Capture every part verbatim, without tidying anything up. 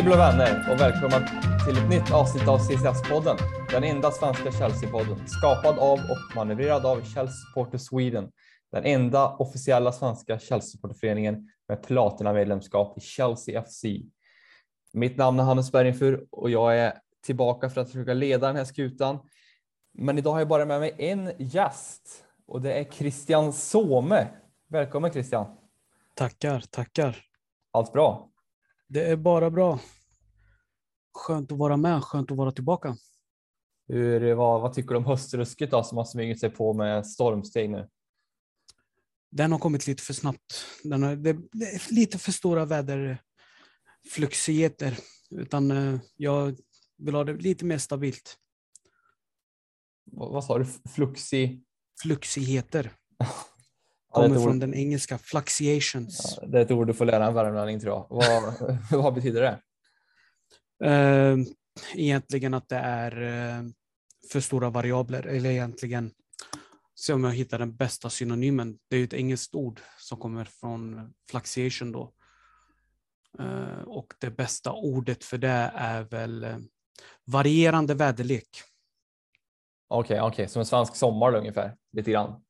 blå vänner och välkomna till ett nytt avsnitt av C C S-podden. Den enda svenska Chelsea-podden. Skapad av och manövrerad av Chelsea Supporters Sweden. Den enda officiella svenska Chelsea-supporterföreningen med platina-medlemskap i Chelsea F C. Mitt namn är Hannes Bergenfur och jag är tillbaka för att försöka leda den här skutan. Men idag har jag bara med mig en gäst och det är Christian Somme. Välkommen Christian. Tackar, tackar. Allt bra? Det är bara bra. Skönt att vara med, skönt att vara tillbaka. Hur, vad, vad tycker du om höstrusket då, som har smugit sig på med stormsteg nu? Den har kommit lite för snabbt. Den har, det, det är lite för stora väderfluxigheter. Utan eh, jag vill ha det lite mer stabilt. Vad, vad sa du? Fluxi? Fluxigheter. Ja, Kommer ord... från den engelska fluctuations. Ja, det är ett ord du får lära en värmlänning tror jag. Vad, vad betyder det? Eh, egentligen att det är eh, för stora variabler. Eller egentligen, se om jag hittar den bästa synonymen. Det är ju ett engelskt ord som kommer från fluctuation då. Eh, och det bästa ordet för det är väl eh, varierande väderlek. Okej, okay, okay. Som en svensk sommar ungefär, lite grann.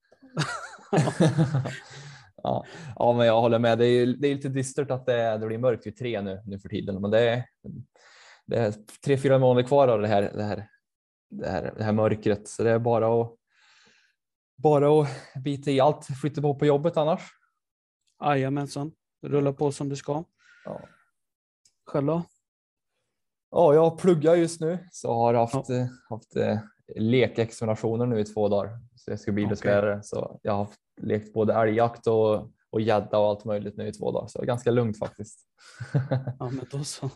ja. ja, men jag håller med. Det är, det är lite dystert att det, det blir mörkt vid tre nu, nu för tiden. Men det är, det är tre, fyra månader kvar av det här, det här, det här, det här mörkret. Så det är bara att, bara att bita i allt. Flytta på på jobbet annars. Jajamensan. Rulla på som det ska. Ja. Själv då? Ja, jag pluggar just nu. Så har haft, ja. haft lekexaminationer nu i två dagar. Så jag ska bli idrottslärare. Okay. Så jag har haft lekt både älgjakt och och gädda och allt möjligt nu i två dagar. Så det är ganska lugnt faktiskt. Ja, men då så.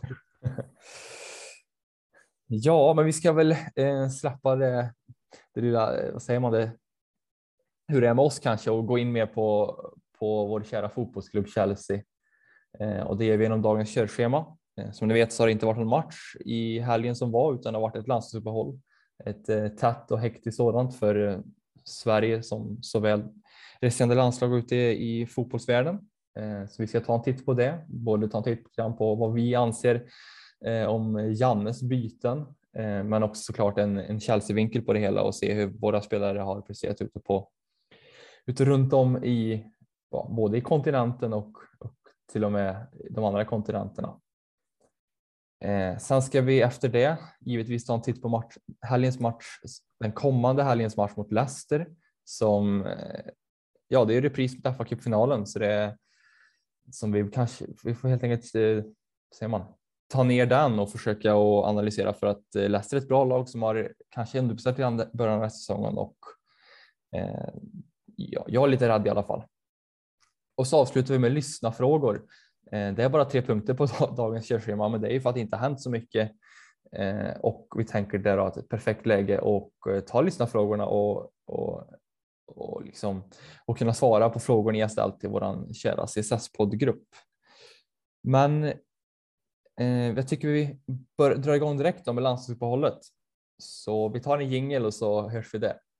Ja, men vi ska väl eh, släppa det, det lilla, vad säger man det, hur det är med oss kanske och gå in mer på, på vår kära fotbollsklubb Chelsea. Eh, och det är vi genom dagens körschema. Eh, som ni vet så har det inte varit en match i helgen som var utan det har varit ett landslagsuppehåll. Ett eh, tätt och hektiskt sådant för eh, Sverige som såväl resterande landslag ute i fotbollsvärlden. Så vi ska ta en titt på det. Både ta en titt på vad vi anser om Jannes byten. Men också såklart en, en Chelsea-vinkel på det hela och se hur våra spelare har presterat ute på ute runt om i ja, både i kontinenten och, och till och med de andra kontinenterna. Sen ska vi efter det givetvis ta en titt på match, helgens match, den kommande helgens match mot Leicester som ja, det är repris på F A Cup-finalen så det är som vi kanske vi får helt enkelt säger man ta ner den och försöka och analysera för att Leicester är ett bra lag som har kanske underpresterat i början av säsongen och eh, ja, jag är lite rädd i alla fall. Och så avslutar vi med lyssnafrågor. Eh, det är bara tre punkter på dagens körschema men det är ju för att det inte har hänt så mycket eh, och vi tänker där att ett perfekt läge och eh, ta lyssnafrågorna och, och och liksom och kunna svara på frågor ni har ställt till våran kära C S S-poddgrupp. Men eh, jag tycker vi bör dra igång direkt då med landslagsuppehållet. Så vi tar en jingle och så hörs vi det.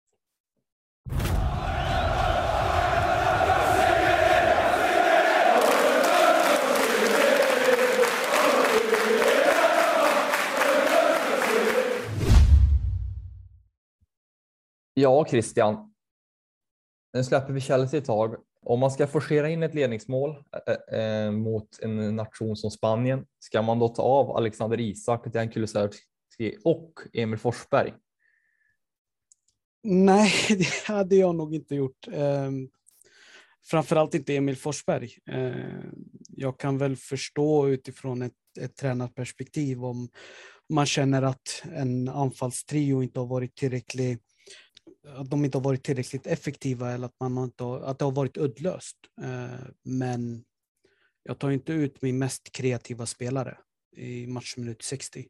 Ja, Christian. Nu släpper vi Chelsea ett tag. Om man ska forcera in ett ledningsmål eh, eh, mot en nation som Spanien, ska man då ta av Alexander Isak, Dejan Kulusevski och Emil Forsberg? Nej, det hade jag nog inte gjort. Eh, framförallt inte Emil Forsberg. Eh, jag kan väl förstå utifrån ett, ett tränarperspektiv om man känner att en anfallstrio inte har varit tillräckligt att de inte har varit tillräckligt effektiva eller att, man inte har, att det har varit uddlöst. Men jag tar inte ut min mest kreativa spelare i matchminut sextio.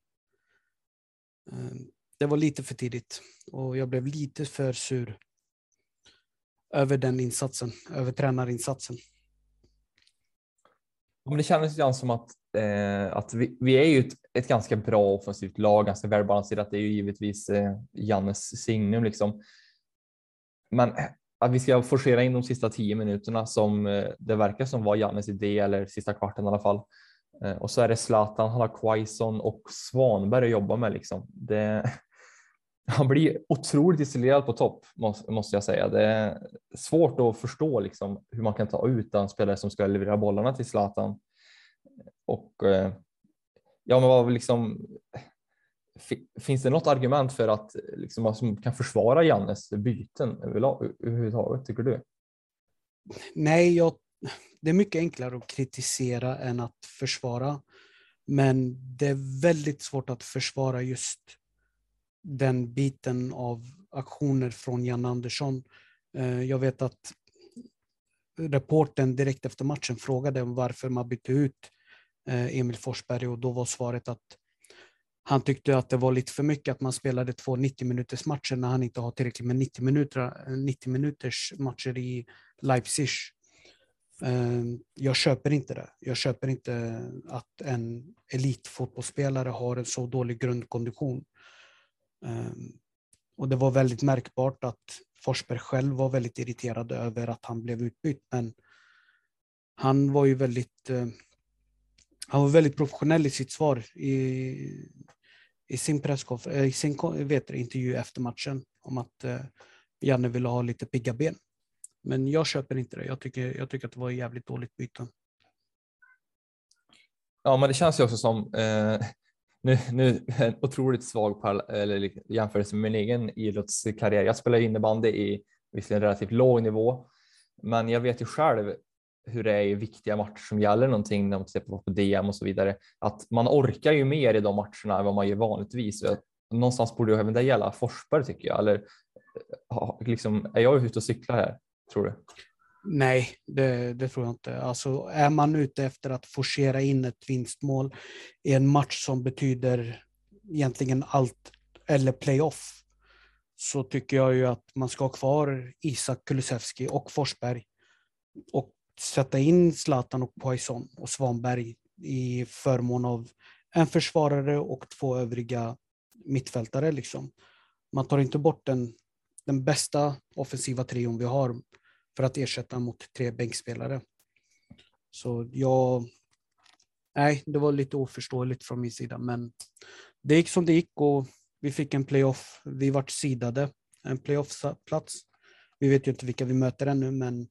Det var lite för tidigt och jag blev lite för sur över den insatsen, över tränarinsatsen. Men det kändes ju som att, eh, att vi, vi är ju ett, ett ganska bra offensivt lag, ganska välbalanserat. Det är ju givetvis eh, Jannes signum liksom. Men att vi ska forcera in de sista tio minuterna som eh, det verkar som var Jannes idé eller sista kvarten i alla fall. Eh, och så är det Zlatan, han har Quaison och Svanberg att jobba med liksom. Det, han blir otroligt isolerad på topp, måste, måste jag säga. Det är svårt att förstå liksom, hur man kan ta ut en spelare som ska leverera bollarna till Zlatan. Och eh, ja, men vad liksom, finns det något argument för att liksom, man som kan försvara Jannes byten överhuvudtaget, tycker du? Nej, jag, det är mycket enklare att kritisera än att försvara. Men det är väldigt svårt att försvara just den biten av aktioner från Jan Andersson. Jag vet att reporten direkt efter matchen frågade om varför man bytte ut Emil Forsberg, och då var svaret att han tyckte att det var lite för mycket att man spelade två nittio minuters matcher när han inte har tillräckligt med nittio minuter, nittio minuters matcher i Leipzig. Jag köper inte det. Jag köper inte att en elitfotbollsspelare har en så dålig grundkondition. Och det var väldigt märkbart att Forsberg själv var väldigt irriterad över att han blev utbytt, men han var ju väldigt han var väldigt professionell i sitt svar i, i sin presskonferens, i sin vet du, intervju efter matchen om att eh, Janne ville ha lite pigga ben. Men jag köper inte det. Jag tycker, jag tycker att det var jävligt dåligt byte. Ja, men det känns ju också som eh, nu, nu en otroligt svag par, eller jämförelse med min egen idrottskarriär. Jag spelar innebandy i visserligen relativt låg nivå, men jag vet ju själv hur det är i viktiga matcher som gäller någonting när man ser på D M och så vidare, att man orkar ju mer i de matcherna än vad man gör vanligtvis. Någonstans borde ju även det gälla Forsberg, tycker jag. Eller liksom, är jag ute och cyklar här, tror du? Nej, det, det tror jag inte. Alltså, är man ute efter att forcera in ett vinstmål i en match som betyder egentligen allt eller playoff, så tycker jag ju att man ska ha kvar Isak Kulusevski och Forsberg och sätta in Zlatan och Quaison och Svanberg i förmån av en försvarare och två övriga mittfältare. Liksom. Man tar inte bort den, den bästa offensiva trion vi har för att ersätta mot tre bänkspelare. Så jag... Nej, det var lite oförståeligt från min sida, men det gick som det gick och vi fick en playoff. Vi vart sidade, en playoff-plats. Vi vet ju inte vilka vi möter ännu, men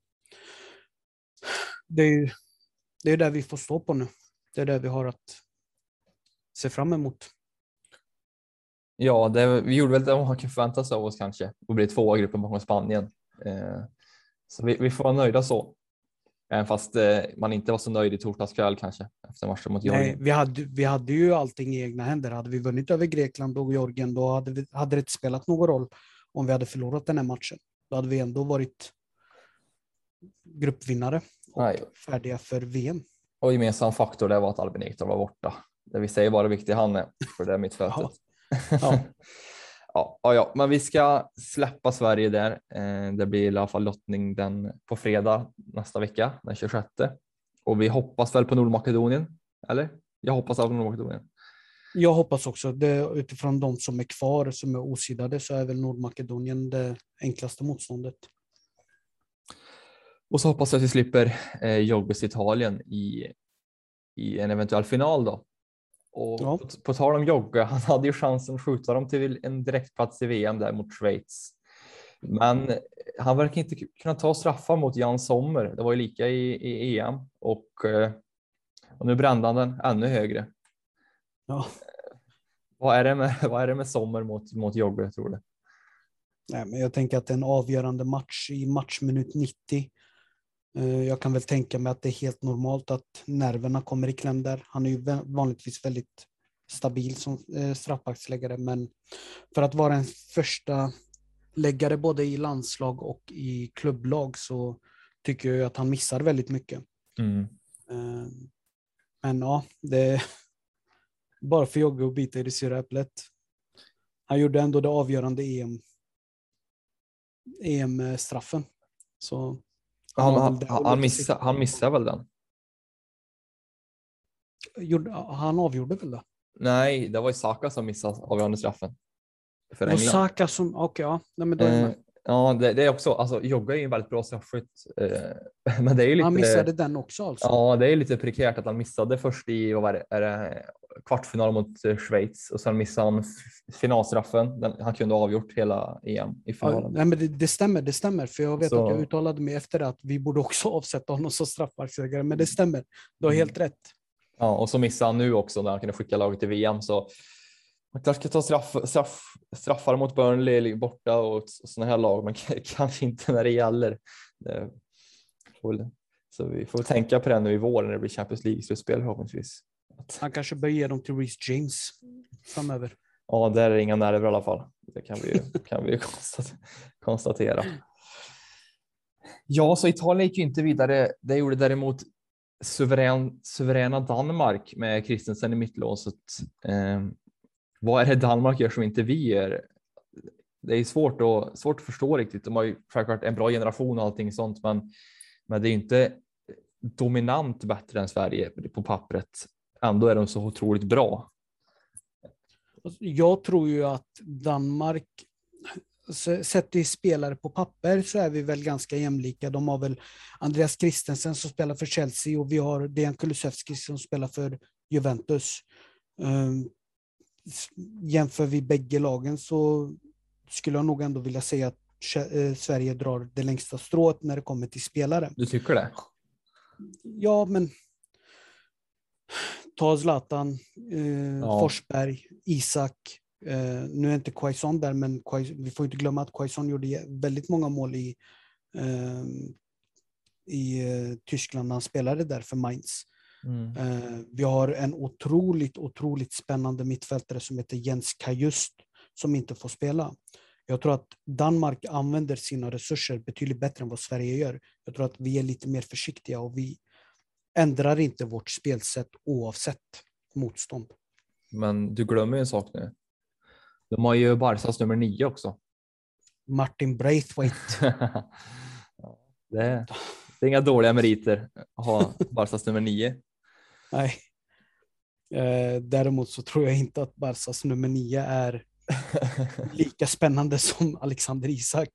det är ju det är där vi får stå på nu. Det är där vi har att se fram emot. Ja, det, vi gjorde väl det man kan förvänta sig av oss kanske. Och bli tvåa i gruppen bakom Spanien. Eh, så vi, vi får vara nöjda så. Även fast eh, man inte var så nöjd i torsdags kväll kanske. Efter matchen mot Georgien. Nej, vi hade, vi hade ju allting i egna händer. Hade vi vunnit över Grekland och Georgien, då hade, vi, hade det inte spelat någon roll om vi hade förlorat den här matchen. Då hade vi ändå varit gruppvinnare och Nej. färdiga för V M. Och gemensam faktor det var att Albin Ekdal var borta. Det vi säger bara hur viktig han är för det mittfältet. Ja. ja, ja, ja, men vi ska släppa Sverige där. Det blir i alla fall lottning den på fredag nästa vecka, den tjugosjätte. Och vi hoppas väl på Nordmakedonien, eller? Jag hoppas på Nordmakedonien. Jag hoppas också. Det, utifrån de som är kvar, som är osidade, så är väl Nordmakedonien det enklaste motståndet. Och så hoppas jag att vi slipper eh, Jobbes Italien i, i en eventuell final då. Och ja. på, på tal om Jogge, han hade ju chansen att skjuta dem till en direktplats i V M där mot Schweiz. Men han verkar inte kunna ta straffar mot Jan Sommer. Det var ju lika i, i E M. Och, och nu brände han den ännu högre. Ja. Vad är det med, vad är det med Sommer mot, mot Jogge, tror du? Nej, men jag tänker att det är en avgörande match i matchminut nittio. Jag kan väl tänka mig att det är helt normalt att nerverna kommer i kläm där. Han är ju vanligtvis väldigt stabil som straffbacksläggare, men för att vara en första läggare både i landslag och i klubblag så tycker jag att han missar väldigt mycket. Mm. Men ja, det är bara för Jogge att bita i det sura äpplet. Han gjorde ändå det avgörande E M E M-straffen. Så han, han, han, han, missar, han missar väl den? Gjorde, han avgjorde väl det? Nej, det var ju Saka som missade avgörande straffen. För England. Saka som, okej, okay, ja. Nej, men då är eh, Ja, det, det är också, alltså Jogga är ju en väldigt bra straffskytt. Eh, men det är ju lite... Han missade den också alltså. Ja, det är lite prekärt att han missade först i, vad var det, är det kvartsfinal mot eh, Schweiz och sen missade han f- finalstraffen. Den, han kunde ha avgjort hela E M i Ja, finalen. nej, men det, det stämmer, det stämmer. För jag vet Så- att jag uttalade mig efter att vi borde också avsätta honom som straffsparksägare. Men det stämmer, du har Mm. helt rätt. Ja, och så missade han nu också när han kunde skicka laget till V M. Så man kanske ska ta straff, straff, straffar mot Burnley borta och, och sådana här lag, men k- kanske inte när det gäller. Det får väl, så vi får tänka på det nu i vår när det blir Champions League-slutspel förhoppningsvis. Att, Han kanske bör ge dem till Reece James framöver. ja, där är inga nerver i alla fall. Det kan vi ju, kan vi ju konstat- konstatera. Ja, så Italien gick ju inte vidare. Det gjorde däremot suverän, suveräna Danmark med Christensen i mittlåset. Eh, vad är det Danmark gör som inte vi gör? Det är svårt att, svårt att förstå riktigt. De har ju självklart en bra generation och allting sånt, men, men det är inte dominant bättre än Sverige på pappret. Ändå är de så otroligt bra. Jag tror ju att Danmark, sett till spelare på papper så är vi väl ganska jämlika. De har väl Andreas Christensen som spelar för Chelsea och vi har Dejan Kulusevski som spelar för Juventus. Um, jämför vi bägge lagen så skulle jag nog ändå vilja säga att Sverige drar det längsta strået när det kommer till spelare. Du tycker det? Ja, men ta Zlatan, eh, Ja. Forsberg, Isak. Eh, nu är inte Quaison där, men Quaison, vi får inte glömma att Quaison gjorde väldigt många mål i, eh, i eh, Tyskland när han spelade där för Mainz. Mm. Eh, vi har en otroligt, otroligt spännande mittfältare som heter Jens Kajust som inte får spela. Jag tror att Danmark använder sina resurser betydligt bättre än vad Sverige gör. Jag tror att vi är lite mer försiktiga och vi ändrar inte vårt spelsätt oavsett motstånd. Men du glömmer en sak nu. De har ju Barsas nummer nio också. Martin Braithwaite. Ja, det, är, det är inga dåliga meriter att ha Barsas nummer nio. Nej. Eh, däremot så tror jag inte att Barsas nummer nio är lika spännande som Alexander Isak.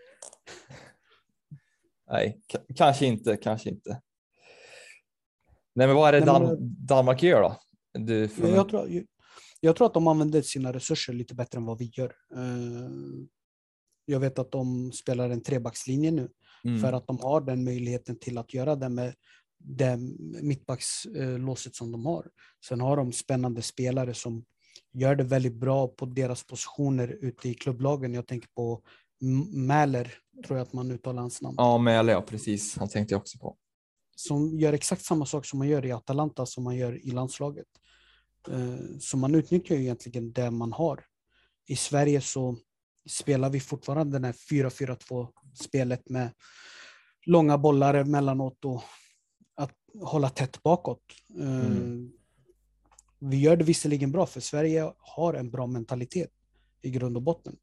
Nej, k- kanske inte, kanske inte. Nej, men vad är det Nej, Dan- men, Danmark gör då? Du, från... jag, tror, jag, jag tror att de använder sina resurser lite bättre än vad vi gör. Eh, jag vet att de spelar en trebackslinje nu mm. för att de har den möjligheten till att göra det med det mittbackslåset som de har. Sen har de spännande spelare som gör det väldigt bra på deras positioner ute i klubblagen. Jag tänker på Mäler, tror jag att man uttalar hans namn. Ja, Mäler, ja, precis. Han tänkte jag också på. Som gör exakt samma sak som man gör i Atalanta som man gör i landslaget. Så man utnyttjar ju egentligen det man har. I Sverige så spelar vi fortfarande den här fyra fyra två-spelet med långa bollar emellanåt och att hålla tätt bakåt. Mm. Vi gör det visserligen bra för Sverige har en bra mentalitet i grund och botten.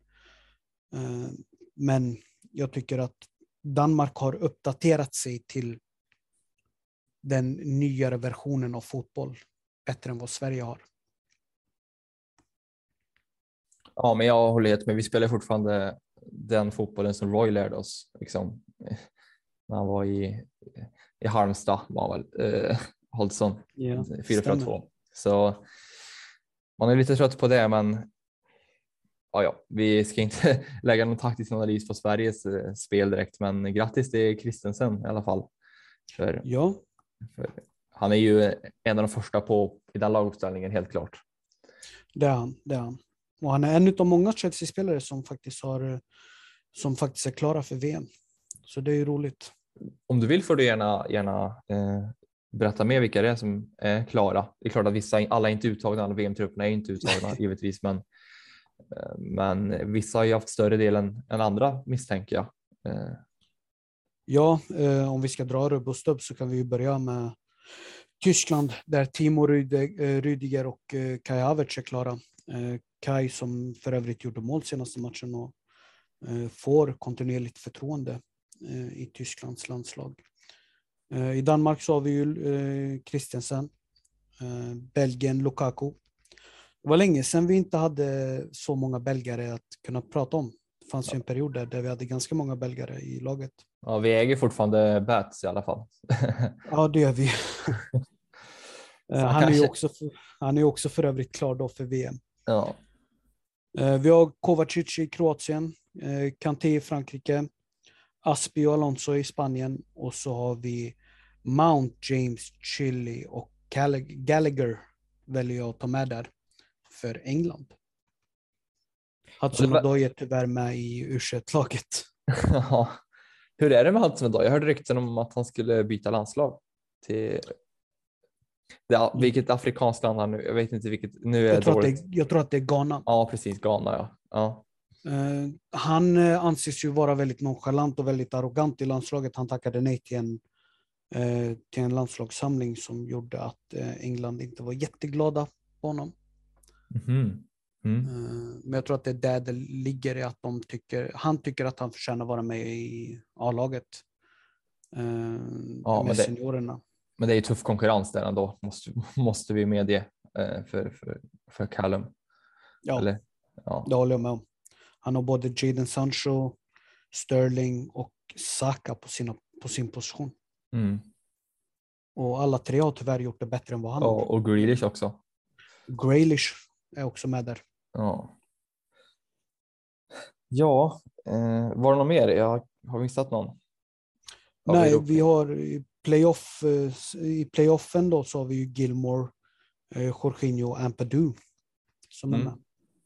Men jag tycker att Danmark har uppdaterat sig till den nyare versionen av fotboll bättre än vad Sverige har. Ja, men jag håller helt med. Vi spelar fortfarande den fotbollen som Roy lärde oss. Liksom. När han var i, i Halmstad var han väl. Eh, Holdsson. Ja, fyra fyra två. Så man är lite trött på det, men ja, ja, vi ska inte lägga någon taktisk analys på Sveriges eh, spel direkt, men grattis till Christensen i alla fall. För, ja. för han är ju en av de första på i den laguppställningen, helt klart. Det är han, det är han. Och han är en av många Chelsea-spelare som faktiskt har som faktiskt är klara för V M. Så det är ju roligt. Om du vill får du gärna, gärna eh, berätta mer vilka det är som är klara. Det är klart att vissa, alla är inte uttagna, alla V M-trupperna är inte uttagna givetvis, men, eh, men vissa har ju haft större del än, än andra, misstänker jag. Eh. Ja, eh, om vi ska dra rubb och stubb så kan vi ju börja med Tyskland där Timo Rüdiger och eh, Kai Havertz är klara. Eh, Kai som för övrigt gjorde mål senaste matchen och eh, får kontinuerligt förtroende eh, i Tysklands landslag. Eh, I Danmark så har vi ju eh, Christensen, eh, Belgien Lukaku. Det var länge sedan vi inte hade så många belgare att kunna prata om fanns ju en period där, där vi hade ganska många belgare i laget. Ja, vi äger fortfarande Bats i alla fall. Ja, det gör vi. han, han, han, kanske... är ju också för, han är ju också för övrigt klar då för V M. Ja. Vi har Kovacic i Kroatien, Kanté i Frankrike, Aspi och Alonso i Spanien, och så har vi Mount, James, Chile och Gallagher väljer jag att ta med där för England. Hudson-Odoi är tyvärr med i U tjugoett-laget. Ja. Hur är det med Hudson-Odoi? Jag hörde rykten om att han skulle byta landslag till det, vilket afrikanskt land han nu, jag vet inte vilket nu är jag, tror dåligt. att det, jag tror att det är Ghana. Ja, precis, Ghana, ja. ja. Uh, han uh, anses ju vara väldigt nonchalant och väldigt arrogant i landslaget. Han tackade nej till en, uh, till en landslagssamling som gjorde att uh, England inte var jätteglada på honom. Mm. Mm. Uh, men jag tror att det är där det ligger i att de tycker, han tycker att han förtjänar vara med i A-laget. Uh, ja, med men det, seniorerna. Men det är ju tuff konkurrens där ändå, måste, måste vi medge uh, för, för, för Callum. Ja, Eller, ja, det håller jag med om. Han har både Jadon Sancho, Sterling och Saka på, sina, på sin position. Mm. Och alla tre har tyvärr gjort det bättre än vad han har. Och, och Grealish också. Grealish är också med där. Ja, ja eh, var det någon mer? Jag har missat någon. Nej, vi har i, playoff, i playoffen då så har vi ju Gilmore, eh, Jorginho och Ampadu som är mm. med.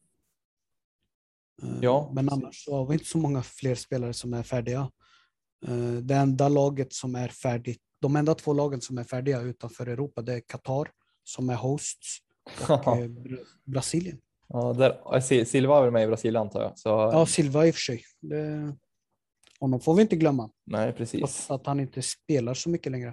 Eh, ja, men precis. annars så har vi inte så många fler spelare som är färdiga. Eh, det enda laget som är färdigt, de enda två lagen som är färdiga utanför Europa, det är Qatar som är hosts och eh, Brasilien. Ja, där, Silva är väl med i Brasilien antar jag. Så... Ja, Silva i och för sig. Det, honom får vi inte glömma. Nej, precis. Att han inte spelar så mycket längre.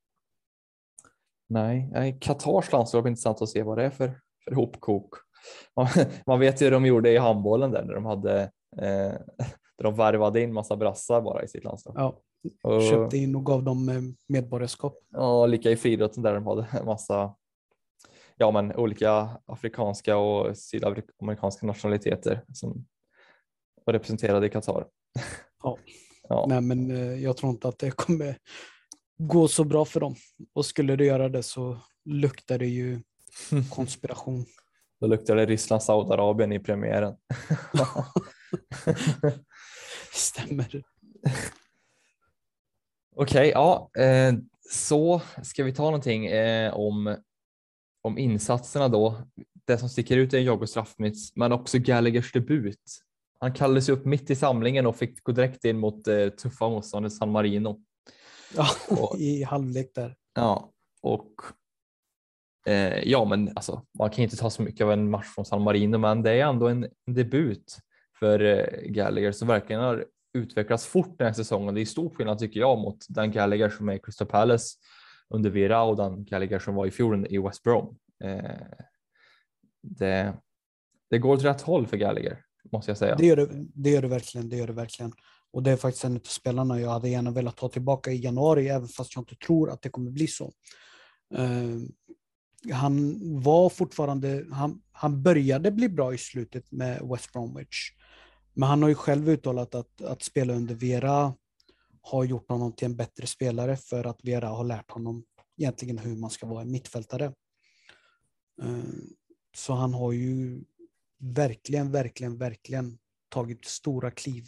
Nej, Qatars landslag är intressant att se vad det är för, för hopkok. Man, man vet ju hur de gjorde i handbollen där när de hade eh, där de värvade in massa brassar bara i sitt landslag. Ja, och, köpte in och gav dem medborgarskap. Ja, lika i friidrotten där de hade en massa ja, men olika afrikanska och sydamerikanska nationaliteter som var representerade i Qatar. Ja. ja. Nej, men jag tror inte att det kommer gå så bra för dem. Och skulle det göra det så luktar det ju konspiration. Då luktar det Ryssland, Saudiarabien i premiären. Stämmer. Okej, okay, ja. Eh, så ska vi ta någonting eh, om, om insatserna då. Det som sticker ut är Jogo straffmiss, men också Gallaghers debut. Han kallades upp mitt i samlingen och fick gå direkt in mot eh, tuffa motståndare San Marino. Ja, och, i halvlek där. Ja, och eh, ja, men alltså, man kan inte ta så mycket av en match från San Marino, men det är ändå en debut för eh, Gallagher som verkligen har utvecklats fort den här säsongen. Det är stor skillnad tycker jag mot den Gallagher som är i Crystal Palace under Vera och den Gallagher som var i fjol i West Brom. Eh, det, det går åt rätt håll för Gallagher, måste jag säga. Det gör det, det gör det verkligen, det gör det verkligen. Och det är faktiskt en av spelarna jag hade gärna velat ta tillbaka i januari, även fast jag inte tror att det kommer bli så. Uh, han var fortfarande, han, han började bli bra i slutet med West Bromwich. Men han har ju själv uttalat att, att spela under Vera har gjort honom till en bättre spelare för att Vera har lärt honom egentligen hur man ska vara en mittfältare. Uh, så han har ju verkligen, verkligen, verkligen tagit stora kliv.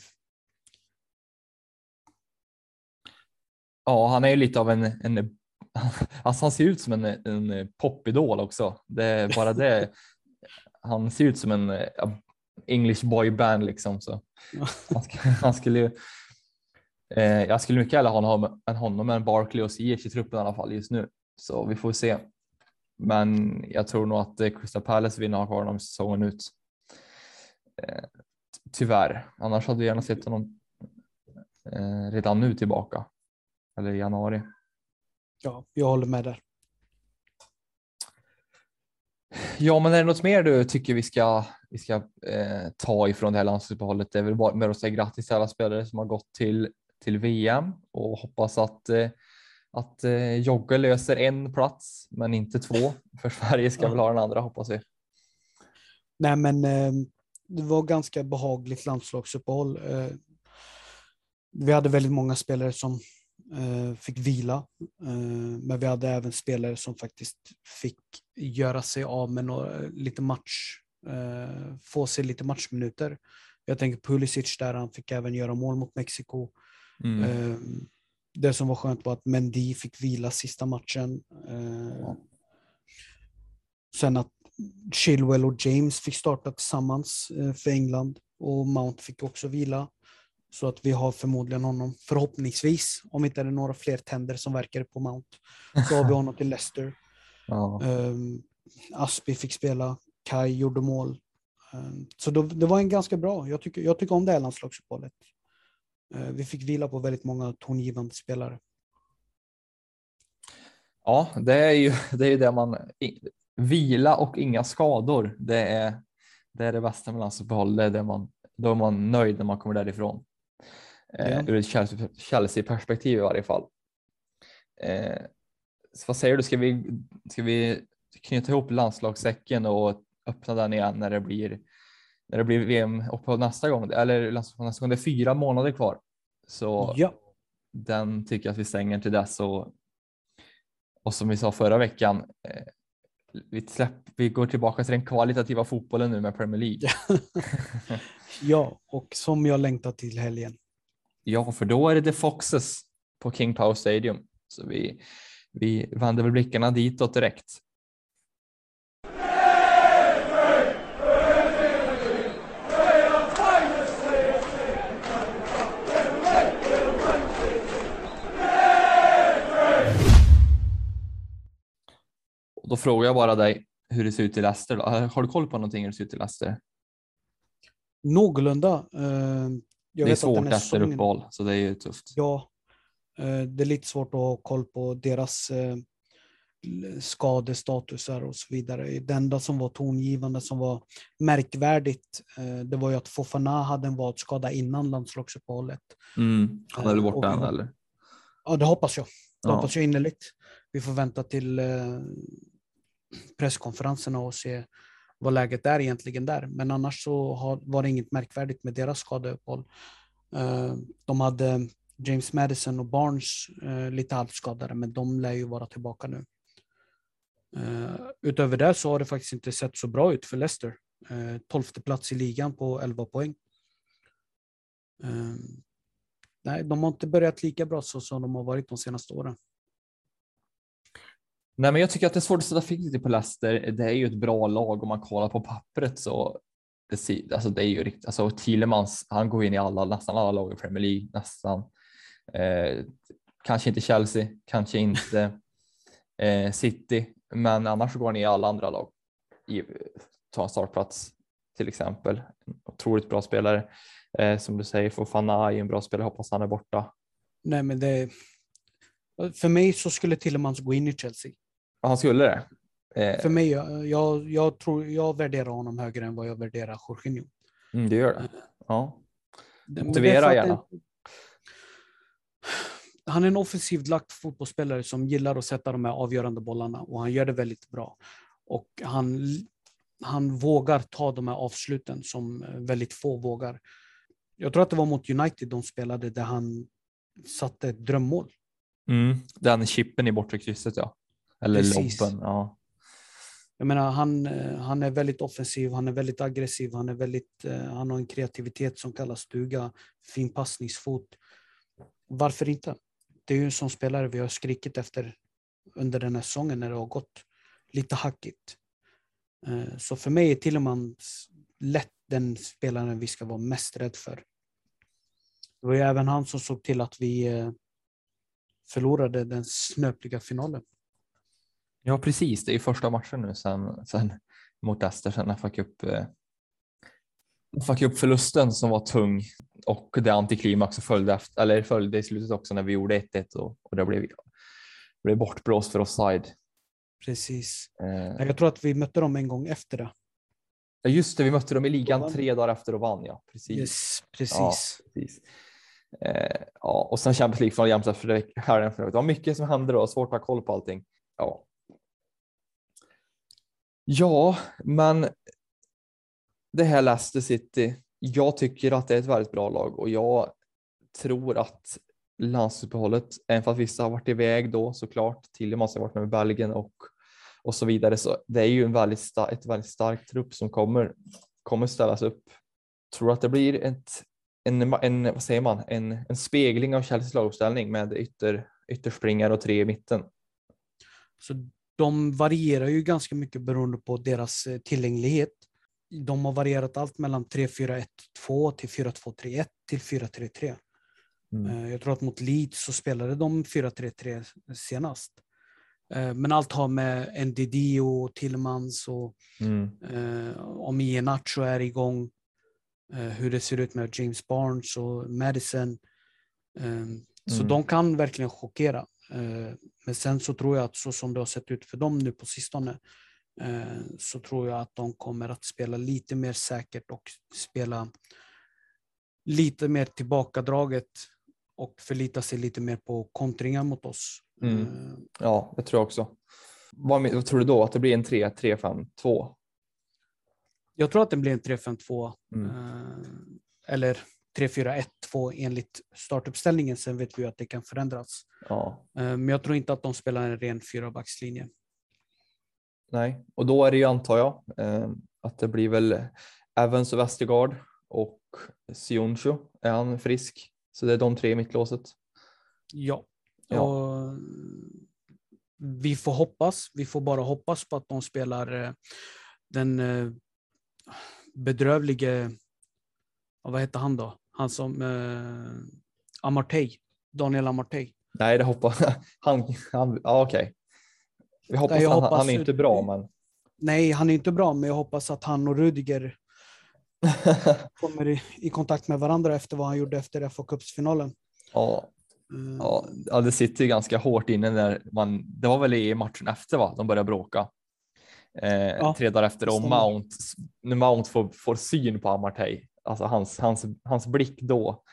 Ja, han är ju lite av en, en alltså han ser ut som en, en popidol också. Det är bara det. Han ser ut som en uh, English boy band liksom. Så. Han, ska, han skulle ju, eh, jag skulle mycket hellre ha honom än honom än Barkley och Ziyech i truppen i alla fall just nu. Så vi får se. Men jag tror nog att Crystal Palace vinner har kvar honom säsongen ut. Eh, tyvärr. Annars hade vi gärna sett honom eh, redan nu tillbaka. Eller i januari. Ja, jag håller med där. Ja, men är det något mer du tycker vi ska, vi ska eh, ta ifrån det här landslagsuppehållet? Det är väl bara med att säga grattis till alla spelare som har gått till, till V M och hoppas att, eh, att eh, Jogge löser en plats, men inte två. För Sverige ska Ja. väl ha den andra, hoppas vi. Nej, men eh, det var ganska behagligt landslagsuppehåll. Eh, vi hade väldigt många spelare som eh, fick vila, eh, men vi hade även spelare som faktiskt fick göra sig av med några, lite match, eh, få sig lite matchminuter. Jag tänker Pulisic där, han fick även göra mål mot Mexiko. Mm. Eh, det som var skönt var att Mendy fick vila sista matchen. Eh, Ja. Sen att Chilwell och James fick starta tillsammans eh, för England, och Mount fick också vila. Så att vi har förmodligen honom, förhoppningsvis, om inte är det några fler tänder som verkar på Mount, så har vi honom till Leicester. Ja. Um, Aspi fick spela, Kai gjorde mål. Um, så då, det var en ganska bra, jag tycker, jag tycker om det här landslagsuppehållet. Uh, vi fick vila på väldigt många tongivande spelare. Ja, det är ju det, är ju det man... Vila och inga skador, det är det, är det bästa med landslagsuppehåll. Det är det man, då är man nöjd när man kommer därifrån. Eh, Ja. ur ett Chelsea-perspektiv i varje fall. Eh, vad säger du, ska vi, ska vi knyta ihop landslagssäcken och öppna den igen när det blir, när det blir V M och på nästa gång, eller nästa gång, det är fyra månader kvar. Så Ja. den tycker jag att vi stänger till dess. Och, och som vi sa förra veckan, eh, vi, släpp, vi går tillbaka till den kvalitativa fotbollen nu med Premier League. Ja, och som jag längtar till helgen. Ja, för då är det The Foxes på King Power Stadium. Så vi, vi vänder väl blickarna ditåt direkt. Och då frågar jag bara dig hur det ser ut i Leicester. Då. Har du koll på någonting hur det ser ut i Leicester? Någorlunda. Uh, jag det är vet svårt att den efter säsongen... uppehåll, så det är ju tufft. Ja, uh, det är lite svårt att ha koll på deras uh, skadestatusar och så vidare. Det enda som var tongivande, som var märkvärdigt, uh, det var ju att Fofana hade en vadskada innan landslagsuppehållet. Mm. Han är väl borta uh, än, vi... eller? Ja, det hoppas jag. Det ja. hoppas jag innerligt. Vi får vänta till uh, presskonferenserna och se vad läget är egentligen där. Men annars så har, var det inget märkvärdigt med deras skadeuppehåll. Uh, de hade James Maddison och Barnes uh, lite halvskadade, men de lär ju vara tillbaka nu. Uh, utöver det så har det faktiskt inte sett så bra ut för Leicester. Uh, tolfte plats i ligan på elva poäng. Uh, nej, de har inte börjat lika bra så som de har varit de senaste åren. Nej, men jag tycker att det är svårt att sätta fingret på Leicester. Det är ju ett bra lag om man kollar på pappret, så det, alltså det är ju riktigt. Alltså Thielemans, han går in i alla, nästan alla lag i Premier League, nästan. Eh, kanske inte Chelsea, kanske inte eh, City, men annars går han i alla andra lag. I, ta en startplats till exempel. Otroligt bra spelare. Eh, som du säger, Fofana är en bra spelare, hoppas han är borta. Nej, men det för mig så skulle Thielemans gå in i Chelsea. Han skulle det? Eh, För mig, jag, jag tror jag värderar honom högre än vad jag värderar Jorginho. Mm, det gör det. Ja. Motivera gärna. En, han är en offensivt lagt fotbollsspelare som gillar att sätta de här avgörande bollarna, och han gör det väldigt bra. Och han, han vågar ta de här avsluten som väldigt få vågar. Jag tror att det var mot United de spelade där han satte ett drömmål. Mm, den chippen i bortre krysset, ja. Eller Precis. lobben, ja. Jag menar, han, han är väldigt offensiv, han är väldigt aggressiv, han är väldigt, han har en kreativitet som kallas stuga, fin passningsfot. Varför inte? Det är ju en sån spelare vi har skrikit efter under den här säsongen när det har gått lite hackigt. Så för mig är Thielemans lätt den spelaren vi ska vara mest rädd för. Det var ju även han som såg till att vi förlorade den snöpliga finalen. Ja, precis. Det är ju första matchen nu sen, sen mot Leicester, sen F A Cup, eh, F A Cup förlusten som var tung, och det antiklimax följde efter, eller följde i slutet också när vi gjorde ett ett, och, och det blev, blev bortblåst för offside. Precis. Eh, Jag tror att vi mötte dem en gång efter det. Ja, just det, vi mötte dem i ligan tre dagar efter och vann, ja. Precis. Yes, precis. Ja, precis. Eh, ja, och sen Champions League från jämt efter det här. Det var mycket som hände då, svårt att ha koll på allting. Ja. Ja, men det här Leicester City, jag tycker att det är ett väldigt bra lag och jag tror att landslagsuppehållet, även för att vissa har varit iväg då såklart, Tillemans har varit med Belgien och, och så vidare, så det är ju en väldigt sta- ett väldigt starkt trupp som kommer, kommer ställas upp. Jag tror att det blir ett, en, en, vad säger man, en, en spegling av Chelseas laguppställning med ytter, ytterspringare och tre i mitten. Så de varierar ju ganska mycket beroende på deras tillgänglighet. De har varierat allt mellan tre fyra ett två till fyra två tre ett till fyra tre tre. Mm. Jag tror att mot Leeds så spelade de fyra tre tre senast. Men allt har med N D D och Tillmans och mm. eh, om Iheanacho är igång, eh, hur det ser ut med James Barnes och Madison. Eh, mm. Så de kan verkligen chockera. Eh, men sen så tror jag att så som det har sett ut för dem nu på sistone, eh, så tror jag att de kommer att spela lite mer säkert och spela lite mer tillbakadraget och förlita sig lite mer på kontringar mot oss. Mm. Ja, det tror jag också. Vad, vad tror du då? Att det blir en tre tre fem två? Jag tror att det blir en tre fem två. Mm. Eh, eller tre fyra ett två enligt startuppställningen. Sen vet vi att det kan förändras. Ja. Eh, men jag tror inte att de spelar en ren fyrabackslinje. Nej, och då är det ju, antar jag, eh, att det blir väl Evans och Vestergaard och Sionchu. Är han frisk? Så det är de tre i mittlåset. Ja. Ja. Och vi får hoppas, vi får bara hoppas på att de spelar eh, den eh, bedrövlige, vad heter han då? Han som eh, Amartey, Daniel Amartey. Nej, det hoppas han. han ja, okej. Okay. Vi hoppas Nej, att han, hoppas, han är inte bra, men. Nej, han är inte bra, men jag hoppas att han och Rudiger kommer i, i kontakt med varandra efter vad han gjorde efter F A Cups-finalen. Ja. Ja, ja, det sitter ju ganska hårt inne när man, det var väl i matchen efter va, de började bråka. Eh, ja, tre dagar efter och Mount, när Mount får, får syn på Amartey, alltså hans, hans, hans blick då,